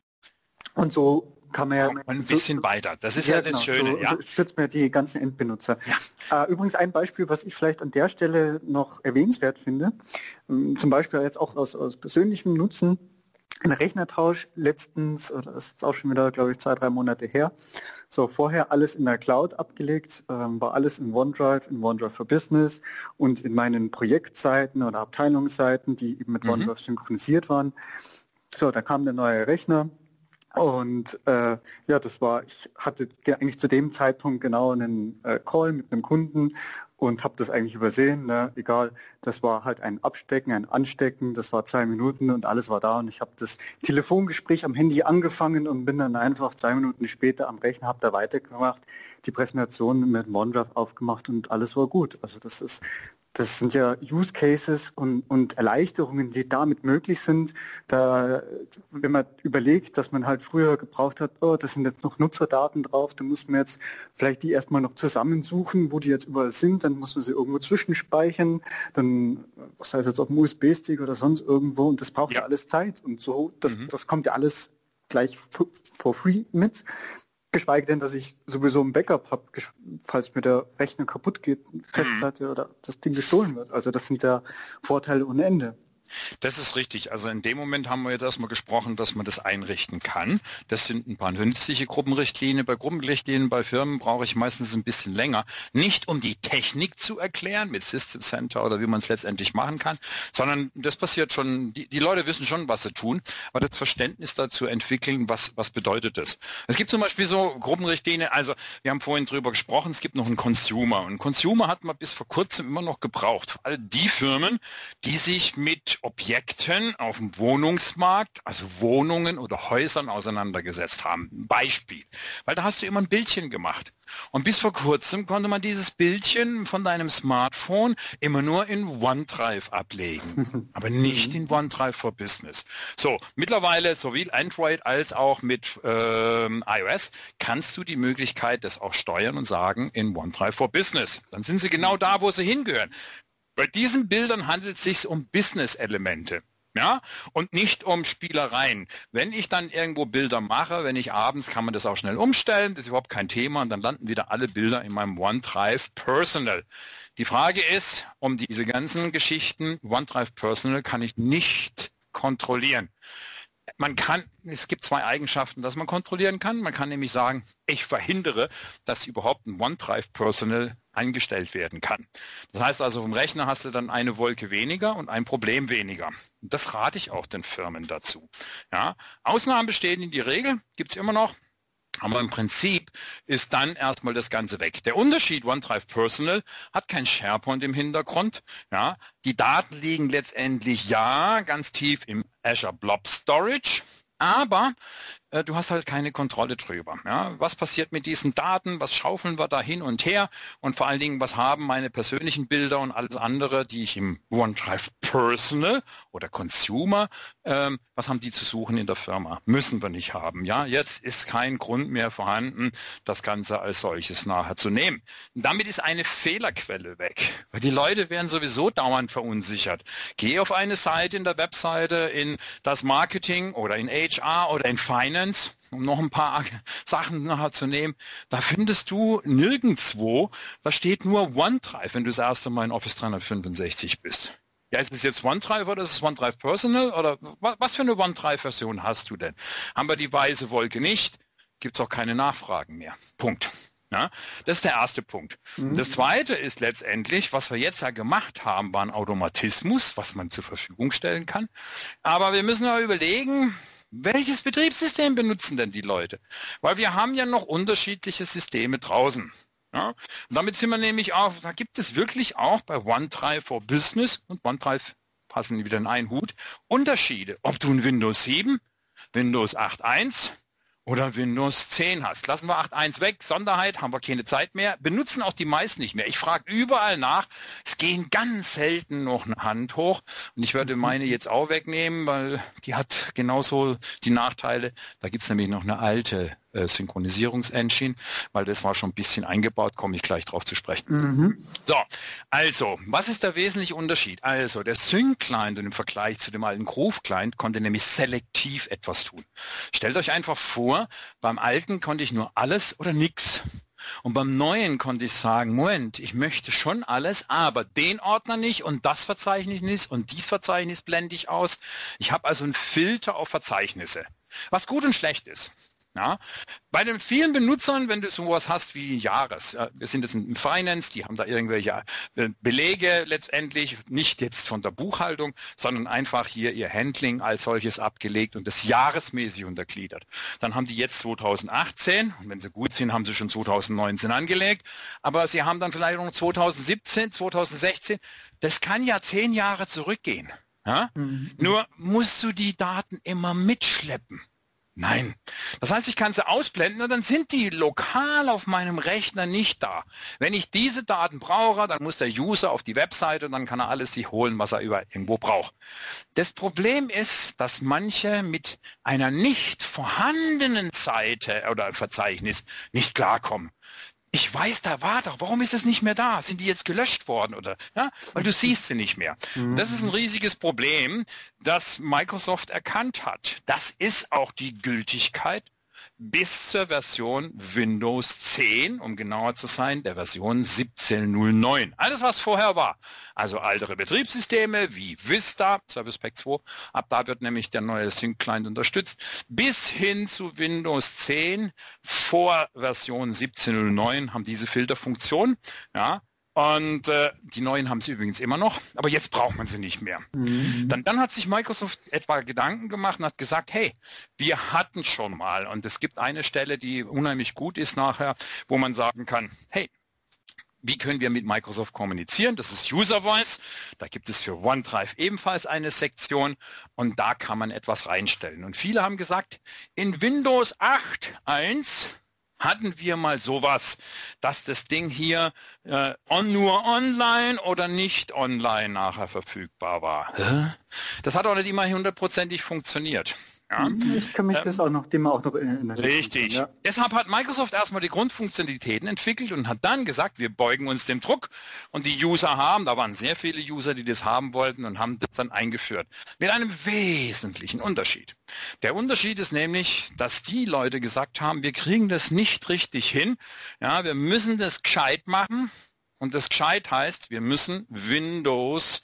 so kann man ja ein bisschen weiter. Das ist ja das Schöne. So ja. Unterstützt man die ganzen Endbenutzer. Ja. Übrigens ein Beispiel, was ich vielleicht an der Stelle noch erwähnenswert finde, zum Beispiel jetzt auch aus persönlichem Nutzen, ein Rechnertausch letztens, oder das ist jetzt auch schon wieder, glaube ich, 2-3 Monate her. So, vorher alles in der Cloud abgelegt, war alles in OneDrive for Business und in meinen Projektseiten oder Abteilungsseiten, die eben mit OneDrive synchronisiert waren. So, da kam der neue Rechner. Und ich hatte eigentlich zu dem Zeitpunkt genau einen Call mit einem Kunden und habe das eigentlich übersehen. Ne? Egal, das war halt ein Abstecken, ein Anstecken, das war 2 Minuten und alles war da. Und ich habe das Telefongespräch am Handy angefangen und bin dann einfach 2 Minuten später am Rechner, habe da weitergemacht, die Präsentation mit OneDrive aufgemacht und alles war gut. Also das ist Das sind ja Use Cases und Erleichterungen, die damit möglich sind. Da, wenn man überlegt, dass man halt früher gebraucht hat, oh, das sind jetzt noch Nutzerdaten drauf, dann muss man jetzt vielleicht die erstmal noch zusammensuchen, wo die jetzt überall sind, dann muss man sie irgendwo zwischenspeichern, dann, was heißt jetzt auf dem USB-Stick oder sonst irgendwo, und das braucht ja alles Zeit. Und so, das kommt ja alles gleich for free mit. Geschweige denn, dass ich sowieso ein Backup habe, falls mir der Rechner kaputt geht, Festplatte oder das Ding gestohlen wird. Also das sind ja Vorteile ohne Ende. Das ist richtig. Also in dem Moment haben wir jetzt erstmal gesprochen, dass man das einrichten kann. Das sind ein paar nützliche Gruppenrichtlinien. Bei Gruppenrichtlinien bei Firmen brauche ich meistens ein bisschen länger. Nicht um die Technik zu erklären mit System Center oder wie man es letztendlich machen kann, sondern das passiert schon, die Leute wissen schon, was sie tun, aber das Verständnis dazu entwickeln, was bedeutet das. Es gibt zum Beispiel so Gruppenrichtlinien, also wir haben vorhin drüber gesprochen, es gibt noch einen Consumer. Und Consumer hat man bis vor kurzem immer noch gebraucht. All die Firmen, die sich mit Objekten auf dem Wohnungsmarkt, also Wohnungen oder Häusern auseinandergesetzt haben. Beispiel. Weil da hast du immer ein Bildchen gemacht. Und bis vor kurzem konnte man dieses Bildchen von deinem Smartphone immer nur in OneDrive ablegen, aber nicht in OneDrive for Business. So, mittlerweile sowohl Android als auch mit iOS kannst du die Möglichkeit, das auch steuern und sagen in OneDrive for Business. Dann sind sie genau da, wo sie hingehören. Bei diesen Bildern handelt es sich um Business-Elemente. Ja, und nicht um Spielereien. Wenn ich dann irgendwo Bilder mache, wenn ich abends, kann man das auch schnell umstellen, das ist überhaupt kein Thema und dann landen wieder alle Bilder in meinem OneDrive Personal. Die Frage ist, um diese ganzen Geschichten, OneDrive Personal kann ich nicht kontrollieren. Es gibt zwei Eigenschaften, dass man kontrollieren kann. Man kann nämlich sagen, ich verhindere, dass überhaupt ein OneDrive Personal eingestellt werden kann. Das heißt also, vom Rechner hast du dann eine Wolke weniger und ein Problem weniger. Und das rate ich auch den Firmen dazu. Ja, Ausnahmen bestehen in die Regel, gibt es immer noch. Aber im Prinzip ist dann erstmal das Ganze weg. Der Unterschied, OneDrive Personal hat kein SharePoint im Hintergrund. Ja, die Daten liegen letztendlich ganz tief im Azure Blob Storage. Aber du hast halt keine Kontrolle drüber. Ja? Was passiert mit diesen Daten? Was schaufeln wir da hin und her? Und vor allen Dingen, was haben meine persönlichen Bilder und alles andere, die ich im OneDrive Personal oder Consumer, was haben die zu suchen in der Firma? Müssen wir nicht haben. Ja, jetzt ist kein Grund mehr vorhanden, das Ganze als solches nachher zu nehmen. Und damit ist eine Fehlerquelle weg. Weil die Leute werden sowieso dauernd verunsichert. Geh auf eine Seite in der Webseite, in das Marketing oder in HR oder in Finance, um noch ein paar Sachen nachher zu nehmen, da findest du nirgendwo, da steht nur OneDrive, wenn du das erste Mal in Office 365 bist. Ja, ist es jetzt OneDrive oder ist es OneDrive Personal oder was für eine OneDrive-Version hast du denn? Haben wir die weiße Wolke nicht, gibt es auch keine Nachfragen mehr. Punkt. Ja, das ist der erste Punkt. Das zweite ist letztendlich, was wir jetzt ja gemacht haben, war ein Automatismus, was man zur Verfügung stellen kann. Aber wir müssen ja überlegen, welches Betriebssystem benutzen denn die Leute? Weil wir haben ja noch unterschiedliche Systeme draußen. Ja? Und damit sind wir nämlich auch, da gibt es wirklich auch bei OneDrive for Business und OneDrive passen wieder in einen Hut, Unterschiede. Ob du ein Windows 7, Windows 8.1 oder Windows 10 hast. Lassen wir 8.1 weg, Sonderheit, haben wir keine Zeit mehr, benutzen auch die meisten nicht mehr. Ich frage überall nach, es gehen ganz selten noch eine Hand hoch und ich würde meine jetzt auch wegnehmen, weil die hat genauso die Nachteile. Da gibt es nämlich noch eine alte Synchronisierungsengine, weil das war schon ein bisschen eingebaut, komme ich gleich drauf zu sprechen. So, also, was ist der wesentliche Unterschied? Also, der Sync-Client im Vergleich zu dem alten Groove-Client konnte nämlich selektiv etwas tun. Stellt euch einfach vor, beim alten konnte ich nur alles oder nichts. Und beim neuen konnte ich sagen, Moment, ich möchte schon alles, aber den Ordner nicht und das Verzeichnis nicht und dies Verzeichnis blende ich aus. Ich habe also einen Filter auf Verzeichnisse, was gut und schlecht ist. Ja, bei den vielen Benutzern, wenn du sowas hast wie Jahres, wir sind jetzt in Finance, die haben da irgendwelche Belege letztendlich, nicht jetzt von der Buchhaltung, sondern einfach hier ihr Handling als solches abgelegt und das jahresmäßig untergliedert. Dann haben die jetzt 2018 und wenn sie gut sind, haben sie schon 2019 angelegt, aber sie haben dann vielleicht noch 2017, 2016, das kann ja 10 Jahre zurückgehen. Ja? Nur musst du die Daten immer mitschleppen. Nein. Das heißt, ich kann sie ausblenden und dann sind die lokal auf meinem Rechner nicht da. Wenn ich diese Daten brauche, dann muss der User auf die Webseite und dann kann er alles sich holen, was er irgendwo braucht. Das Problem ist, dass manche mit einer nicht vorhandenen Seite oder Verzeichnis nicht klarkommen. Ich weiß, da war doch, warum ist es nicht mehr da? Sind die jetzt gelöscht worden oder? Ja, weil du siehst sie nicht mehr. Das ist ein riesiges Problem, das Microsoft erkannt hat. Das ist auch die Gültigkeit bis zur Version Windows 10, um genauer zu sein, der Version 17.09. Alles, was vorher war. Also ältere Betriebssysteme wie Vista, Service Pack 2, ab da wird nämlich der neue Sync Client unterstützt, bis hin zu Windows 10 vor Version 17.09 haben diese Filterfunktion. Ja. Und die neuen haben sie übrigens immer noch, aber jetzt braucht man sie nicht mehr. Dann hat sich Microsoft etwa Gedanken gemacht und hat gesagt, hey, wir hatten schon mal, und es gibt eine Stelle, die unheimlich gut ist nachher, wo man sagen kann, hey, wie können wir mit Microsoft kommunizieren? Das ist User Voice. Da gibt es für OneDrive ebenfalls eine Sektion und da kann man etwas reinstellen. Und viele haben gesagt, in Windows 8.1 hatten wir mal sowas, dass das Ding hier nur online oder nicht online nachher verfügbar war. Das hat auch nicht immer hundertprozentig funktioniert. Ja. Ich kann mich das auch noch erinnern. Richtig. Ja. Deshalb hat Microsoft erstmal die Grundfunktionalitäten entwickelt und hat dann gesagt, wir beugen uns dem Druck und die User da waren sehr viele User, die das haben wollten und haben das dann eingeführt. Mit einem wesentlichen Unterschied. Der Unterschied ist nämlich, dass die Leute gesagt haben, wir kriegen das nicht richtig hin. Ja, wir müssen das gescheit machen und das gescheit heißt, wir müssen Windows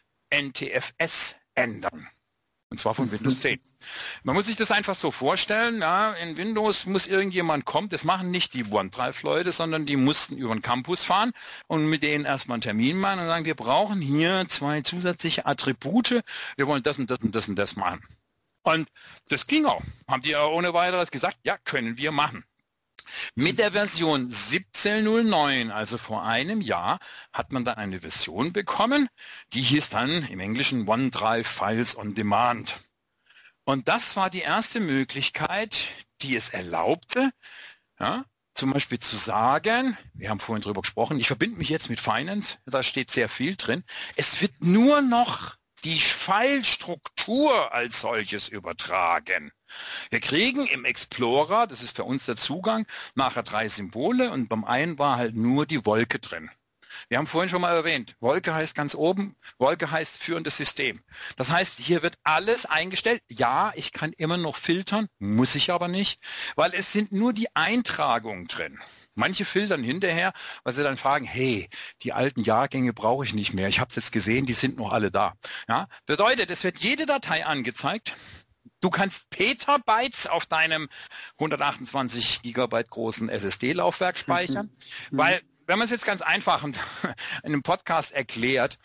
NTFS ändern. Und zwar von Windows 10. Man muss sich das einfach so vorstellen, ja, in Windows muss irgendjemand kommen, das machen nicht die OneDrive-Leute, sondern die mussten über den Campus fahren und mit denen erstmal einen Termin machen und sagen, wir brauchen hier 2 zusätzliche Attribute, wir wollen das und das und das und das machen. Und das ging auch. Haben die ja ohne weiteres gesagt, ja, können wir machen. Mit der Version 17.09, also vor einem Jahr, hat man dann eine Version bekommen, die hieß dann im Englischen OneDrive Files on Demand. Und das war die erste Möglichkeit, die es erlaubte, ja, zum Beispiel zu sagen, wir haben vorhin drüber gesprochen, ich verbinde mich jetzt mit Finance, da steht sehr viel drin, es wird nur noch die File-Struktur als solches übertragen. Wir kriegen im Explorer, das ist für uns der Zugang, nachher 3 Symbole und beim einen war halt nur die Wolke drin. Wir haben vorhin schon mal erwähnt, Wolke heißt ganz oben, Wolke heißt führendes System. Das heißt, hier wird alles eingestellt. Ja, ich kann immer noch filtern, muss ich aber nicht, weil es sind nur die Eintragungen drin. Manche filtern hinterher, weil sie dann fragen, hey, die alten Jahrgänge brauche ich nicht mehr. Ich habe es jetzt gesehen, die sind noch alle da. Ja? Bedeutet, es wird jede Datei angezeigt. Du kannst Petabytes auf deinem 128 Gigabyte großen SSD-Laufwerk speichern, weil, wenn man es jetzt ganz einfach in einem Podcast erklärt,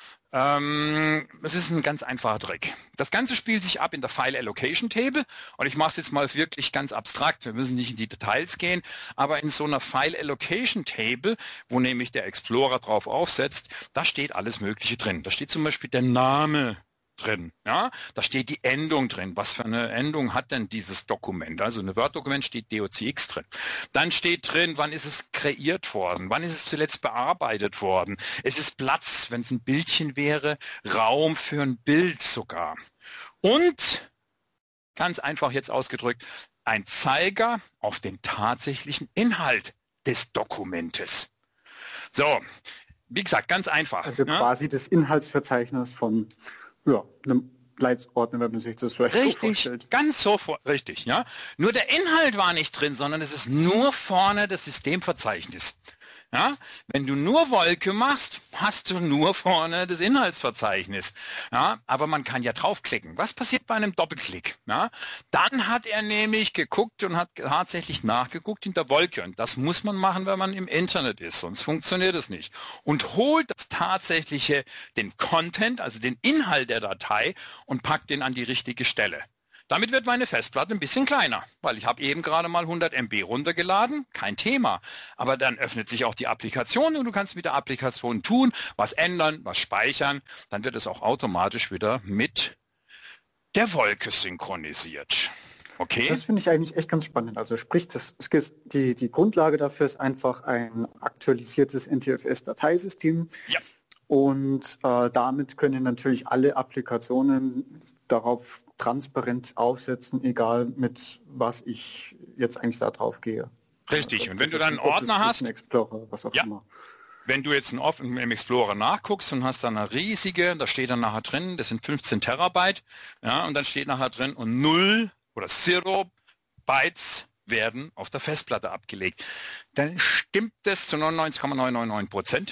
es ist ein ganz einfacher Trick. Das Ganze spielt sich ab in der File Allocation Table und ich mache es jetzt mal wirklich ganz abstrakt, wir müssen nicht in die Details gehen, aber in so einer File Allocation Table, wo nämlich der Explorer drauf aufsetzt, da steht alles Mögliche drin. Da steht zum Beispiel der Name drin, ja, da steht die Endung drin. Was für eine Endung hat denn dieses Dokument? Also ein Word-Dokument steht DOCX drin. Dann steht drin, wann ist es kreiert worden? Wann ist es zuletzt bearbeitet worden? Es ist Platz, wenn es ein Bildchen wäre, Raum für ein Bild sogar. Und, ganz einfach jetzt ausgedrückt, ein Zeiger auf den tatsächlichen Inhalt des Dokumentes. So, wie gesagt, ganz einfach. Also quasi das Inhaltsverzeichnis von einem Leitsordner, wenn man sich das vielleicht richtig, so vorstellt. Ganz so richtig, ja. Nur der Inhalt war nicht drin, sondern es ist nur vorne das Systemverzeichnis. Ja, wenn du nur Wolke machst, hast du nur vorne das Inhaltsverzeichnis. Ja, aber man kann ja draufklicken. Was passiert bei einem Doppelklick? Ja, dann hat er nämlich geguckt und hat tatsächlich nachgeguckt in der Wolke. Und das muss man machen, wenn man im Internet ist, sonst funktioniert es nicht. Und holt das tatsächliche, den Content, also den Inhalt der Datei und packt den an die richtige Stelle. Damit wird meine Festplatte ein bisschen kleiner, weil ich habe eben gerade mal 100 MB runtergeladen, kein Thema. Aber dann öffnet sich auch die Applikation und du kannst mit der Applikation tun, was ändern, was speichern. Dann wird es auch automatisch wieder mit der Wolke synchronisiert. Okay. Das finde ich eigentlich echt ganz spannend. Also sprich, die Grundlage dafür ist einfach ein aktualisiertes NTFS-Dateisystem. Ja. Und damit können natürlich alle Applikationen darauf transparent aufsetzen, egal mit was ich jetzt eigentlich da drauf gehe. Richtig. Und wenn du dann einen Ordner hast, Explorer, was auch immer. Wenn du jetzt im Explorer nachguckst und hast dann eine riesige, da steht dann nachher drin, das sind 15 Terabyte, ja, und dann steht nachher drin und 0 oder 0 Bytes werden auf der Festplatte abgelegt. Dann stimmt das zu 99,999%,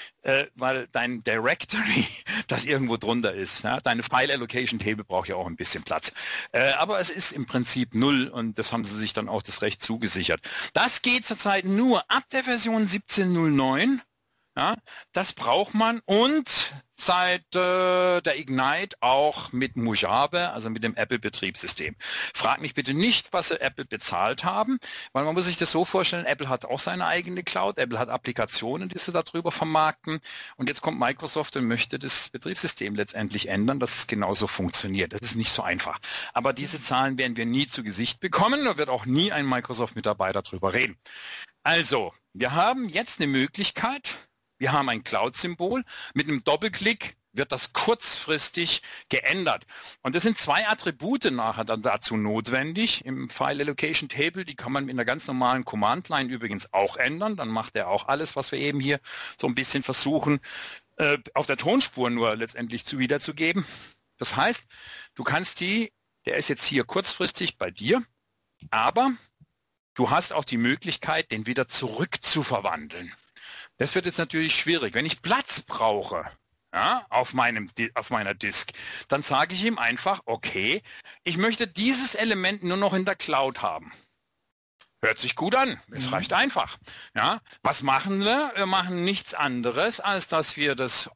weil dein Directory, das irgendwo drunter ist, ja, deine File Allocation Table braucht ja auch ein bisschen Platz. Aber es ist im Prinzip 0 und das haben sie sich dann auch das Recht zugesichert. Das geht zurzeit nur ab der Version 17.09. Ja, das braucht man und seit der Ignite auch mit Mojave, also mit dem Apple-Betriebssystem. Frag mich bitte nicht, was sie Apple bezahlt haben, weil man muss sich das so vorstellen, Apple hat auch seine eigene Cloud, Apple hat Applikationen, die sie darüber vermarkten und jetzt kommt Microsoft und möchte das Betriebssystem letztendlich ändern, dass es genauso funktioniert. Das ist nicht so einfach. Aber diese Zahlen werden wir nie zu Gesicht bekommen, da wird auch nie ein Microsoft-Mitarbeiter drüber reden. Also, wir haben jetzt eine Möglichkeit. Wir haben ein Cloud-Symbol. Mit einem Doppelklick wird das kurzfristig geändert. Und das sind 2 Attribute nachher dann dazu notwendig im File Allocation Table. Die kann man mit einer ganz normalen Command-Line übrigens auch ändern. Dann macht er auch alles, was wir eben hier so ein bisschen versuchen, auf der Tonspur nur letztendlich wiederzugeben. Das heißt, du kannst der ist jetzt hier kurzfristig bei dir, aber du hast auch die Möglichkeit, den wieder zurück zu verwandeln. Das wird jetzt natürlich schwierig. Wenn ich Platz brauche, ja, auf meiner Disk, dann sage ich ihm einfach, okay, ich möchte dieses Element nur noch in der Cloud haben. Hört sich gut an. Es reicht einfach. Ja, was machen wir? Wir machen nichts anderes, als dass wir das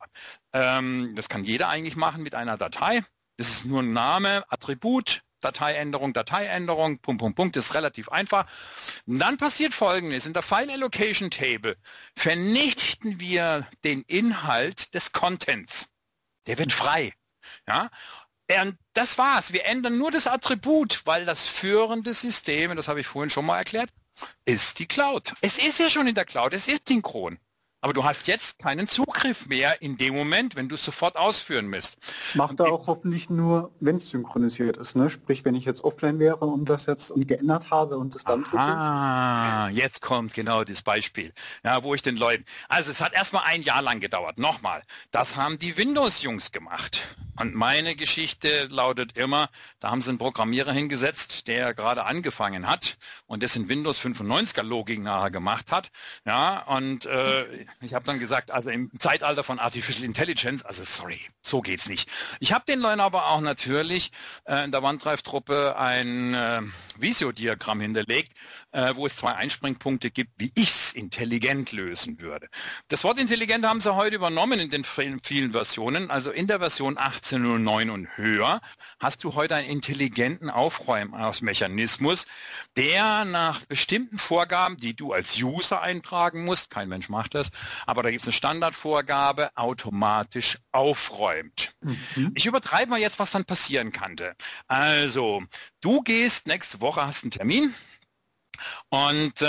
kann jeder eigentlich machen mit einer Datei. Das ist nur ein Name, Attribut, Dateiänderung, Punkt, das ist relativ einfach. Und dann passiert Folgendes, in der File Allocation Table vernichten wir den Inhalt des Contents. Der wird frei. Ja? Und das war's. Wir ändern nur das Attribut, weil das führende System, das habe ich vorhin schon mal erklärt, ist die Cloud. Es ist ja schon in der Cloud, es ist synchron. Aber du hast jetzt keinen Zugriff mehr in dem Moment, wenn du es sofort ausführen müsst. Macht er auch hoffentlich nur, wenn es synchronisiert ist, ne? Sprich, wenn ich jetzt offline wäre und das jetzt geändert habe und es dann drücke. Jetzt kommt genau das Beispiel, ja, wo ich den Leuten... Also es hat erstmal 1 Jahr lang gedauert. Nochmal, das haben die Windows-Jungs gemacht. Und meine Geschichte lautet immer, da haben sie einen Programmierer hingesetzt, der gerade angefangen hat und dessen Windows 95er Logik nachher gemacht hat. Ja, und ich habe dann gesagt, also im Zeitalter von Artificial Intelligence, also sorry, so geht's nicht. Ich habe den Leuten aber auch natürlich in der OneDrive-Truppe ein Visio-Diagramm hinterlegt, wo es 2 Einspringpunkte gibt, wie ich es intelligent lösen würde. Das Wort intelligent haben sie heute übernommen in den vielen Versionen. Also in der Version 18.09 und höher hast du heute einen intelligenten Aufräummechanismus, der nach bestimmten Vorgaben, die du als User eintragen musst, kein Mensch macht das, aber da gibt es eine Standardvorgabe, automatisch aufräumt. Ich übertreibe mal jetzt, was dann passieren könnte. Also, du gehst nächste Woche, hast einen Termin und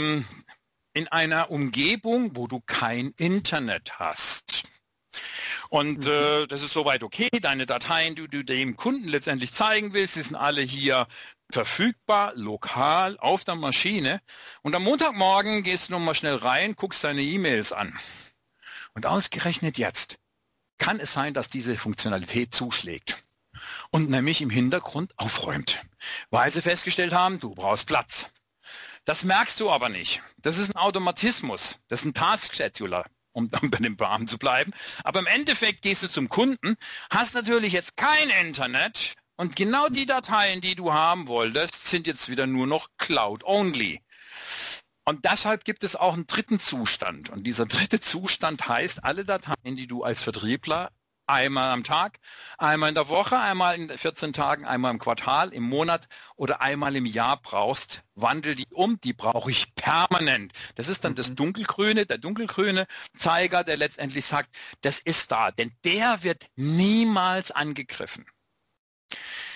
in einer Umgebung, wo du kein Internet hast. Und das ist soweit okay. Deine Dateien, die du dem Kunden letztendlich zeigen willst, die sind alle hier verfügbar, lokal, auf der Maschine. Und am Montagmorgen gehst du nochmal schnell rein, guckst deine E-Mails an. Und ausgerechnet jetzt kann es sein, dass diese Funktionalität zuschlägt und nämlich im Hintergrund aufräumt, weil sie festgestellt haben, du brauchst Platz. Das merkst du aber nicht. Das ist ein Automatismus, das ist ein Task-Scheduler, um dann bei dem Beamten zu bleiben. Aber im Endeffekt gehst du zum Kunden, hast natürlich jetzt kein Internet und genau die Dateien, die du haben wolltest, sind jetzt wieder nur noch Cloud-only. Und deshalb gibt es auch einen dritten Zustand. Und dieser dritte Zustand heißt, alle Dateien, die du als Vertriebler einmal am Tag, einmal in der Woche, einmal in 14 Tagen, einmal im Quartal, im Monat oder einmal im Jahr brauchst, wandel die um, die brauche ich permanent. Das ist dann der dunkelgrüne Zeiger, der letztendlich sagt, das ist da, denn der wird niemals angegriffen.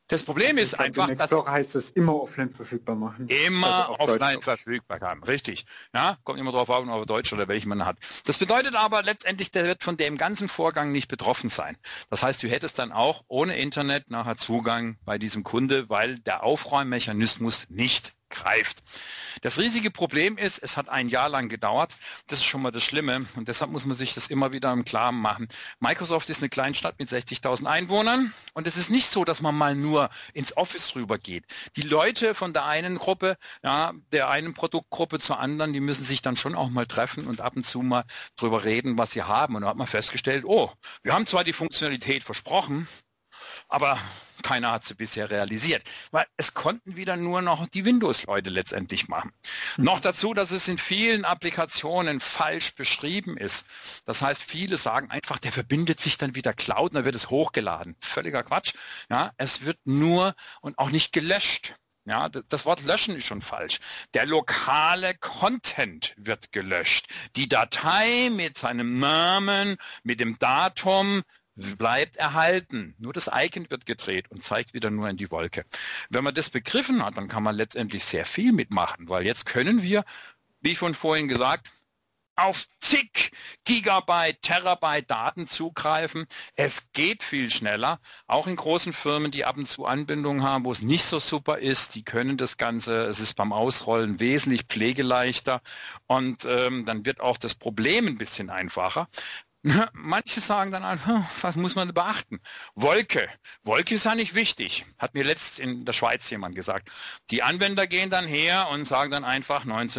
Das Problem ist einfach, dass heißt es immer offline verfügbar machen. Immer also offline verfügbar haben, richtig. Ja, kommt immer drauf an, ob Deutsch oder welchen man hat. Das bedeutet aber letztendlich, der wird von dem ganzen Vorgang nicht betroffen sein. Das heißt, du hättest dann auch ohne Internet nachher Zugang bei diesem Kunde, weil der Aufräummechanismus nicht greift. Das riesige Problem ist, es hat ein Jahr lang gedauert. Das ist schon mal das Schlimme und deshalb muss man sich das immer wieder im Klaren machen. Microsoft ist eine Kleinstadt mit 60.000 Einwohnern und es ist nicht so, dass man mal nur ins Office rübergeht. Die Leute von der einen Gruppe, ja, der einen Produktgruppe zur anderen, die müssen sich dann schon auch mal treffen und ab und zu mal drüber reden, was sie haben. Und da hat man festgestellt, oh, wir haben zwar die Funktionalität versprochen, aber keiner hat sie bisher realisiert, weil es konnten wieder nur noch die Windows-Leute letztendlich machen. Noch dazu, dass es in vielen Applikationen falsch beschrieben ist. Das heißt, viele sagen einfach, der verbindet sich dann wieder Cloud und dann wird es hochgeladen. Völliger Quatsch. Ja, es wird nur und auch nicht gelöscht. Ja, das Wort löschen ist schon falsch. Der lokale Content wird gelöscht. Die Datei mit seinem Namen, mit dem Datum bleibt erhalten. Nur das Icon wird gedreht und zeigt wieder nur in die Wolke. Wenn man das begriffen hat, dann kann man letztendlich sehr viel mitmachen, weil jetzt können wir, wie schon vorhin gesagt, auf zig Gigabyte, Terabyte Daten zugreifen. Es geht viel schneller. Auch in großen Firmen, die ab und zu Anbindungen haben, wo es nicht so super ist, die können das Ganze, es ist beim Ausrollen wesentlich pflegeleichter und dann wird auch das Problem ein bisschen einfacher. Manche sagen dann einfach, was muss man beachten? Wolke. Wolke ist ja nicht wichtig, hat mir letzt in der Schweiz jemand gesagt. Die Anwender gehen dann her und sagen dann einfach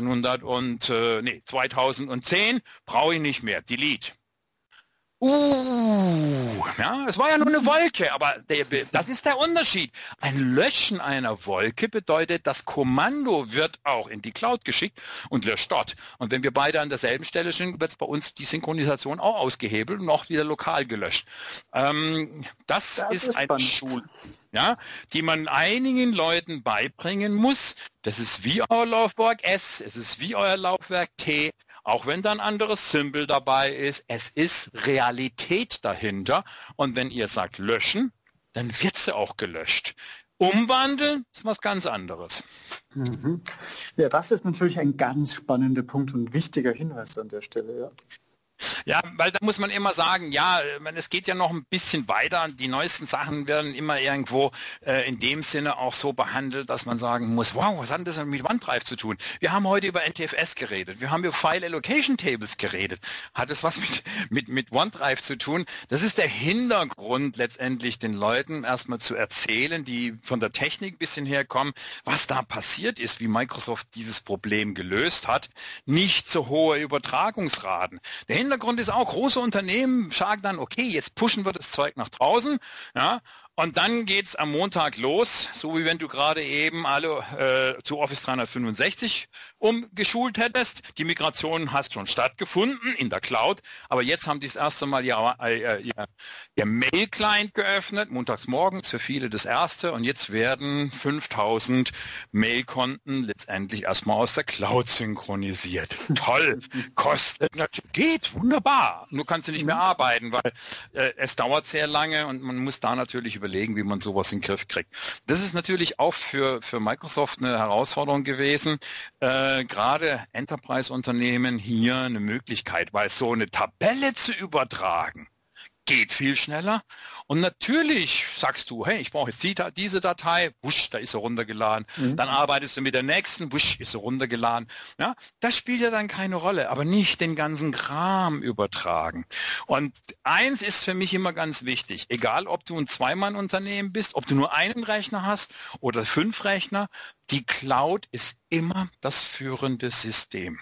2010 brauche ich nicht mehr, delete. Ja, es war ja nur eine Wolke, aber das ist der Unterschied. Ein Löschen einer Wolke bedeutet, das Kommando wird auch in die Cloud geschickt und löscht dort. Und wenn wir beide an derselben Stelle sind, wird bei uns die Synchronisation auch ausgehebelt und auch wieder lokal gelöscht. Das ist eine Schule, ja, die man einigen Leuten beibringen muss. Das ist wie euer Laufwerk S, es ist wie euer Laufwerk T, auch wenn da ein anderes Symbol dabei ist. Es ist Realität dahinter. Und wenn ihr sagt löschen, dann wird sie auch gelöscht. Umwandeln ist was ganz anderes. Mhm. Ja, das ist natürlich ein ganz spannender Punkt und wichtiger Hinweis an der Stelle. Ja. Ja, weil da muss man immer sagen, ja, es geht ja noch ein bisschen weiter. Die neuesten Sachen werden immer irgendwo in dem Sinne auch so behandelt, dass man sagen muss, wow, was hat das denn mit OneDrive zu tun? Wir haben heute über NTFS geredet, wir haben über File Allocation Tables geredet. Hat es was mit OneDrive zu tun? Das ist der Hintergrund letztendlich den Leuten erstmal zu erzählen, die von der Technik ein bisschen herkommen, was da passiert ist, wie Microsoft dieses Problem gelöst hat. Nicht so hohe Übertragungsraten. Der Hintergrund ist auch, große Unternehmen sagen dann, okay, jetzt pushen wir das Zeug nach draußen, ja, und dann geht's am Montag los, so wie wenn du gerade eben alle zu Office 365 umgeschult hättest. Die Migration hast schon stattgefunden in der Cloud, aber jetzt haben die das erste Mal ihr Mail-Client geöffnet, montags morgens für viele das erste, und jetzt werden 5000 Mail-Konten letztendlich erstmal aus der Cloud synchronisiert. Toll, kostet, geht, wunderbar. Nur kannst du nicht mehr arbeiten, weil es dauert sehr lange und man muss da natürlich überlegen, wie man sowas in den Griff kriegt. Das ist natürlich auch für Microsoft eine Herausforderung gewesen, gerade Enterprise-Unternehmen hier eine Möglichkeit, weil so eine Tabelle zu übertragen, geht viel schneller. Und natürlich sagst du, hey, ich brauche jetzt diese Datei, wusch, da ist sie runtergeladen. Dann arbeitest du mit der nächsten, wusch, ist sie runtergeladen. Ja, das spielt ja dann keine Rolle, aber nicht den ganzen Kram übertragen. Und eins ist für mich immer ganz wichtig, egal ob du ein Zweimann-Unternehmen bist, ob du nur einen Rechner hast oder 5 Rechner, die Cloud ist immer das führende System.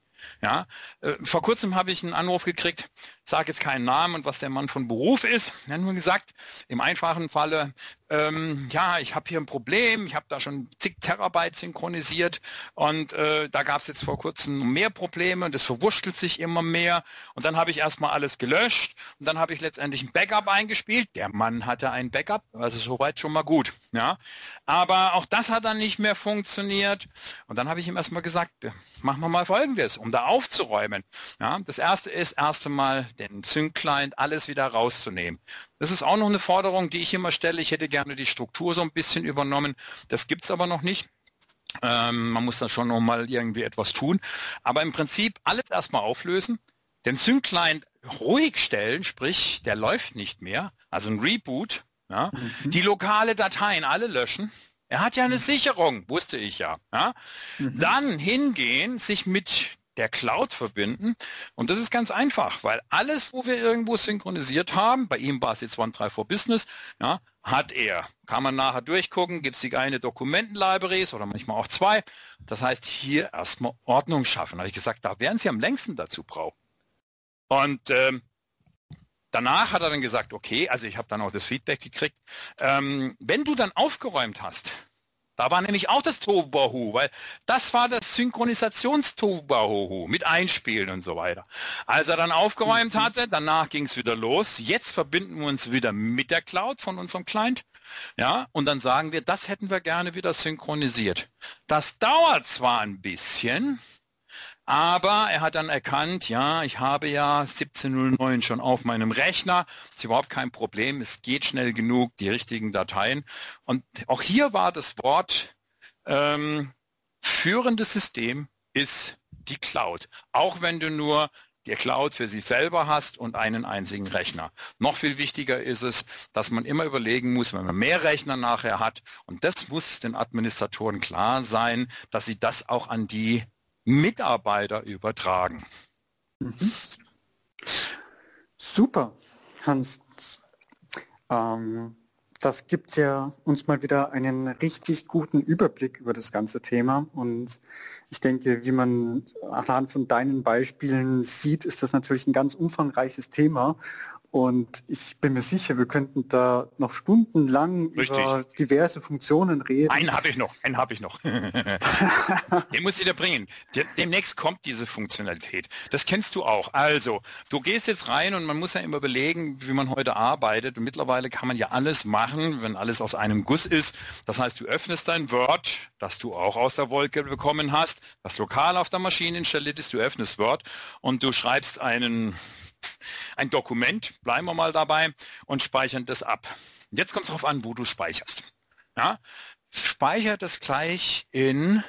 Ja, vor kurzem habe ich einen Anruf gekriegt, sage jetzt keinen Namen und was der Mann von Beruf ist. Er hat nur gesagt, im einfachen Falle, ja, ich habe hier ein Problem, ich habe da schon zig Terabyte synchronisiert und da gab es jetzt vor kurzem mehr Probleme und es verwurschtelt sich immer mehr und dann habe ich erstmal alles gelöscht und dann habe ich letztendlich ein Backup eingespielt. Der Mann hatte ein Backup, also soweit schon mal gut. Ja, aber auch das hat dann nicht mehr funktioniert und dann habe ich ihm erstmal gesagt, machen wir mal Folgendes, um da aufzuräumen. Ja, das erste ist erst einmal den Sync-Client, alles wieder rauszunehmen. Das ist auch noch eine Forderung, die ich immer stelle. Ich hätte gerne die Struktur so ein bisschen übernommen. Das gibt's aber noch nicht. Man muss da schon noch mal irgendwie etwas tun. Aber im Prinzip alles erstmal auflösen, den Sync-Client ruhig stellen, sprich, der läuft nicht mehr, also ein Reboot, ja? Die lokale Dateien alle löschen. Er hat ja eine Sicherung, wusste ich ja. Ja? Dann hingehen, sich mit der Cloud verbinden. Und das ist ganz einfach, weil alles, wo wir irgendwo synchronisiert haben, bei ihm war es jetzt OneDrive Business, ja, hat er. Kann man nachher durchgucken, gibt es die eine Dokumenten-Libraries oder manchmal auch zwei. Das heißt, hier erstmal Ordnung schaffen. Da habe ich gesagt, da werden Sie am längsten dazu brauchen. Und danach hat er dann gesagt, okay, also ich habe dann auch das Feedback gekriegt, wenn du dann aufgeräumt hast, da war nämlich auch das Tohuwabohu, weil das war das Synchronisations-Tohuwabohu mit Einspielen und so weiter. Als er dann aufgeräumt hatte, danach ging es wieder los. Jetzt verbinden wir uns wieder mit der Cloud von unserem Client. Ja, und dann sagen wir, das hätten wir gerne wieder synchronisiert. Das dauert zwar ein bisschen, aber er hat dann erkannt, ja, ich habe ja 1709 schon auf meinem Rechner, ist überhaupt kein Problem, es geht schnell genug, die richtigen Dateien. Und auch hier war das Wort führendes System ist die Cloud. Auch wenn du nur die Cloud für sich selber hast und einen einzigen Rechner. Noch viel wichtiger ist es, dass man immer überlegen muss, wenn man mehr Rechner nachher hat, und das muss den Administratoren klar sein, dass sie das auch an die Mitarbeiter übertragen. Super, Hans. Das gibt ja uns mal wieder einen richtig guten Überblick über das ganze Thema. Und ich denke, wie man anhand von deinen Beispielen sieht, ist das natürlich ein ganz umfangreiches Thema. Und ich bin mir sicher, wir könnten da noch stundenlang über diverse Funktionen reden. Einen habe ich noch. Den muss ich dir bringen. Demnächst kommt diese Funktionalität. Das kennst du auch. Also, du gehst jetzt rein und man muss ja immer überlegen, wie man heute arbeitet. Und mittlerweile kann man ja alles machen, wenn alles aus einem Guss ist. Das heißt, du öffnest dein Word, das du auch aus der Wolke bekommen hast, was lokal auf der Maschine installiert ist. Du öffnest Word und du schreibst ein Dokument, bleiben wir mal dabei, und speichern das ab. Jetzt kommt es darauf an, wo du speicherst. Ja? Speicher das gleich in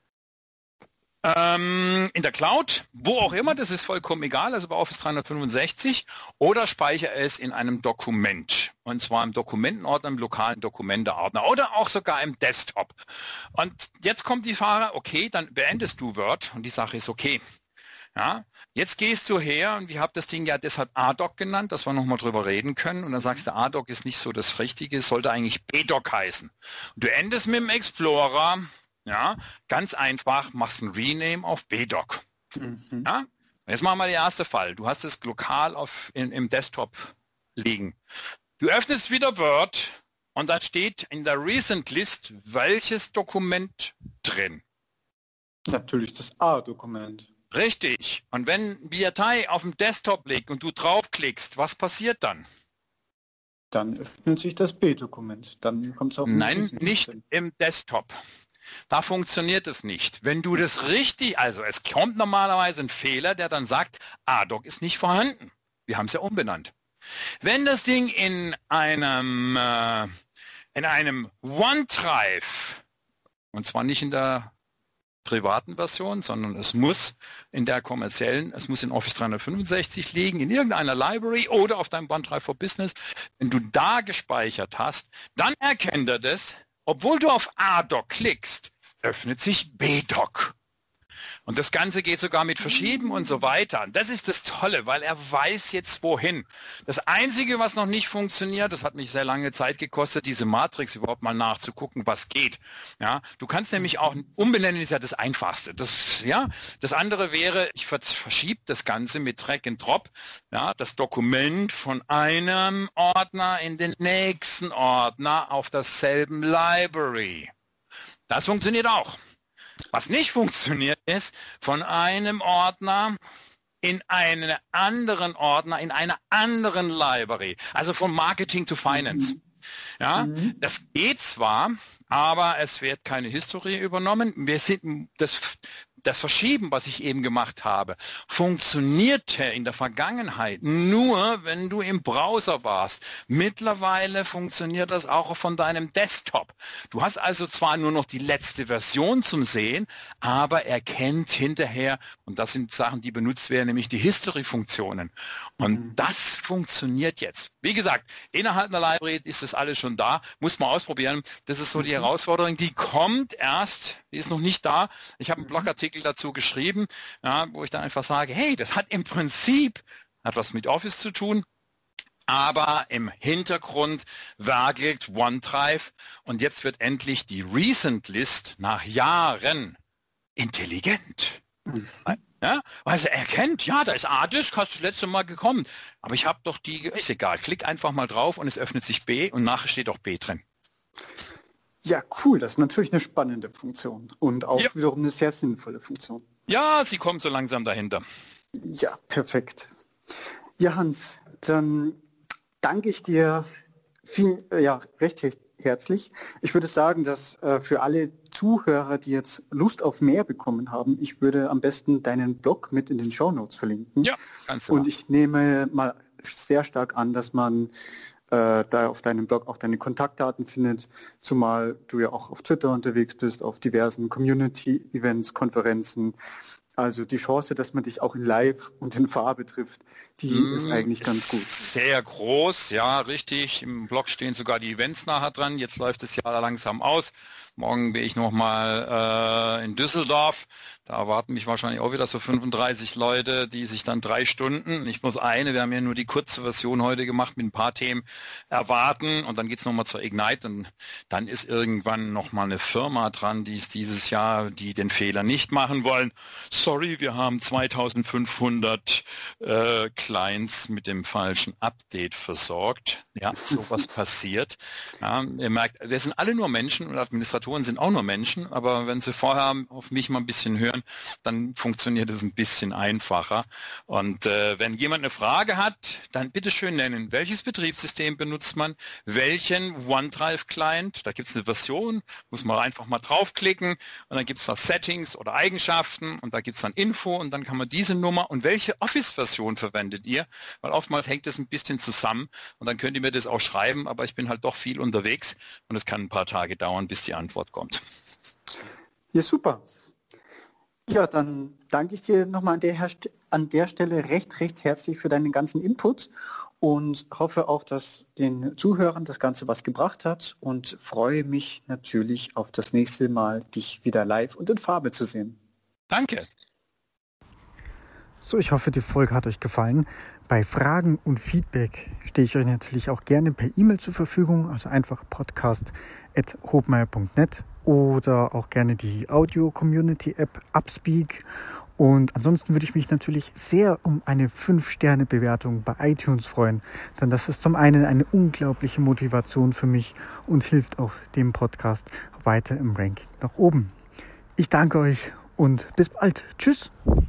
der Cloud, wo auch immer, das ist vollkommen egal, also bei Office 365, oder speichere es in einem Dokument. Und zwar im Dokumentenordner, im lokalen Dokumenteordner oder auch sogar im Desktop. Und jetzt kommt die Frage, okay, dann beendest du Word und die Sache ist okay. Ja, jetzt gehst du her und ich habe das Ding ja deshalb ADoc genannt, dass wir nochmal drüber reden können. Und dann sagst du, ADoc ist nicht so das Richtige, sollte eigentlich BDoc heißen. Und du endest mit dem Explorer, ja, ganz einfach, machst ein Rename auf BDoc. Ja, jetzt machen wir den ersten Fall. Du hast es lokal im Desktop liegen. Du öffnest wieder Word und dann steht in der Recent List welches Dokument drin. Natürlich das A-Dokument. Richtig. Und wenn die Datei auf dem Desktop liegt und du draufklickst, was passiert dann? Dann öffnet sich das B-Dokument. Dann kommt es auf. Nein, nicht im Desktop. Da funktioniert es nicht. Wenn du das richtig, also es kommt normalerweise ein Fehler, der dann sagt, ADoc ist nicht vorhanden. Wir haben es ja umbenannt. Wenn das Ding in einem OneDrive, und zwar nicht in der privaten Version, sondern es muss in der kommerziellen, es muss in Office 365 liegen, in irgendeiner Library oder auf deinem OneDrive for Business. Wenn du da gespeichert hast, dann erkennt er das, obwohl du auf ADoc klickst, öffnet sich BDoc. Und das Ganze geht sogar mit Verschieben und so weiter. Und das ist das Tolle, weil er weiß jetzt wohin. Das Einzige, was noch nicht funktioniert, das hat mich sehr lange Zeit gekostet, diese Matrix überhaupt mal nachzugucken, was geht. Ja, du kannst nämlich auch, umbenennen ist ja das Einfachste. Das andere wäre, ich verschiebe das Ganze mit Drag and Drop, ja, das Dokument von einem Ordner in den nächsten Ordner auf derselben Library. Das funktioniert auch. Was nicht funktioniert ist, von einem Ordner in einen anderen Ordner, in einer anderen Library. Also von Marketing to Finance. Ja, das geht zwar, aber es wird keine Historie übernommen. das Verschieben, was ich eben gemacht habe, funktionierte in der Vergangenheit nur, wenn du im Browser warst. Mittlerweile funktioniert das auch von deinem Desktop. Du hast also zwar nur noch die letzte Version zum Sehen, aber er kennt hinterher, und das sind Sachen, die benutzt werden, nämlich die History-Funktionen. Und das funktioniert jetzt. Wie gesagt, innerhalb einer Library ist das alles schon da, muss man ausprobieren. Das ist so die Herausforderung, die kommt erst, die ist noch nicht da. Ich habe einen Blogartikel dazu geschrieben, ja, wo ich dann einfach sage, hey, das hat im Prinzip was mit Office zu tun, aber im Hintergrund werkelt OneDrive und jetzt wird endlich die Recent List nach Jahren intelligent. Ja, weil er erkennt, ja, da ist A-Disk, hast du das letzte Mal gekommen, aber ich habe doch die, ist egal, klick einfach mal drauf und es öffnet sich B und nachher steht auch B drin. Ja, cool. Das ist natürlich eine spannende Funktion und auch wiederum eine sehr sinnvolle Funktion. Ja, sie kommt so langsam dahinter. Ja, perfekt. Ja, Hans, dann danke ich dir recht herzlich. Ich würde sagen, dass für alle Zuhörer, die jetzt Lust auf mehr bekommen haben, ich würde am besten deinen Blog mit in den Shownotes verlinken. Ja, ganz genau. Und ich nehme mal sehr stark an, dass man da auf deinem Blog auch deine Kontaktdaten findet, zumal du ja auch auf Twitter unterwegs bist, auf diversen Community-Events, Konferenzen. Also die Chance, dass man dich auch in Live und in Farbe trifft, die ist eigentlich ganz gut. Sehr groß, ja, richtig. Im Blog stehen sogar die Events nachher dran. Jetzt läuft es ja langsam aus. Morgen bin ich nochmal in Düsseldorf. Da erwarten mich wahrscheinlich auch wieder so 35 Leute, die sich dann 3 Stunden, nicht bloß eine, wir haben ja nur die kurze Version heute gemacht mit ein paar Themen, erwarten. Und dann geht's nochmal zur Ignite und dann ist irgendwann nochmal eine Firma dran, die ist dieses Jahr, die den Fehler nicht machen wollen. Sorry, wir haben 2500 Clients mit dem falschen Update versorgt. Ja, sowas passiert. Ja, ihr merkt, wir sind alle nur Menschen und Administratoren sind auch nur Menschen, aber wenn sie vorher auf mich mal ein bisschen hören, dann funktioniert es ein bisschen einfacher. Und wenn jemand eine Frage hat, dann bitte schön nennen, welches Betriebssystem benutzt man, welchen OneDrive-Client, da gibt es eine Version, muss man einfach mal draufklicken und dann gibt es da Settings oder Eigenschaften und da gibt es dann Info und dann kann man diese Nummer und welche Office-Version verwendet ihr, weil oftmals hängt das ein bisschen zusammen und dann könnt ihr mir das auch schreiben, aber ich bin halt doch viel unterwegs und es kann ein paar Tage dauern, bis die Antwort kommt. Ja, super. Ja, dann danke ich dir nochmal an der Stelle recht herzlich für deinen ganzen Input und hoffe auch, dass den Zuhörern das Ganze was gebracht hat und freue mich natürlich auf das nächste Mal, dich wieder live und in Farbe zu sehen. Danke. So, ich hoffe, die Folge hat euch gefallen. Bei Fragen und Feedback stehe ich euch natürlich auch gerne per E-Mail zur Verfügung, also einfach podcast@hobmeier.net oder auch gerne die Audio-Community-App Upspeak. Und ansonsten würde ich mich natürlich sehr um eine 5-Sterne-Bewertung bei iTunes freuen, denn das ist zum einen eine unglaubliche Motivation für mich und hilft auch dem Podcast weiter im Ranking nach oben. Ich danke euch und bis bald. Tschüss!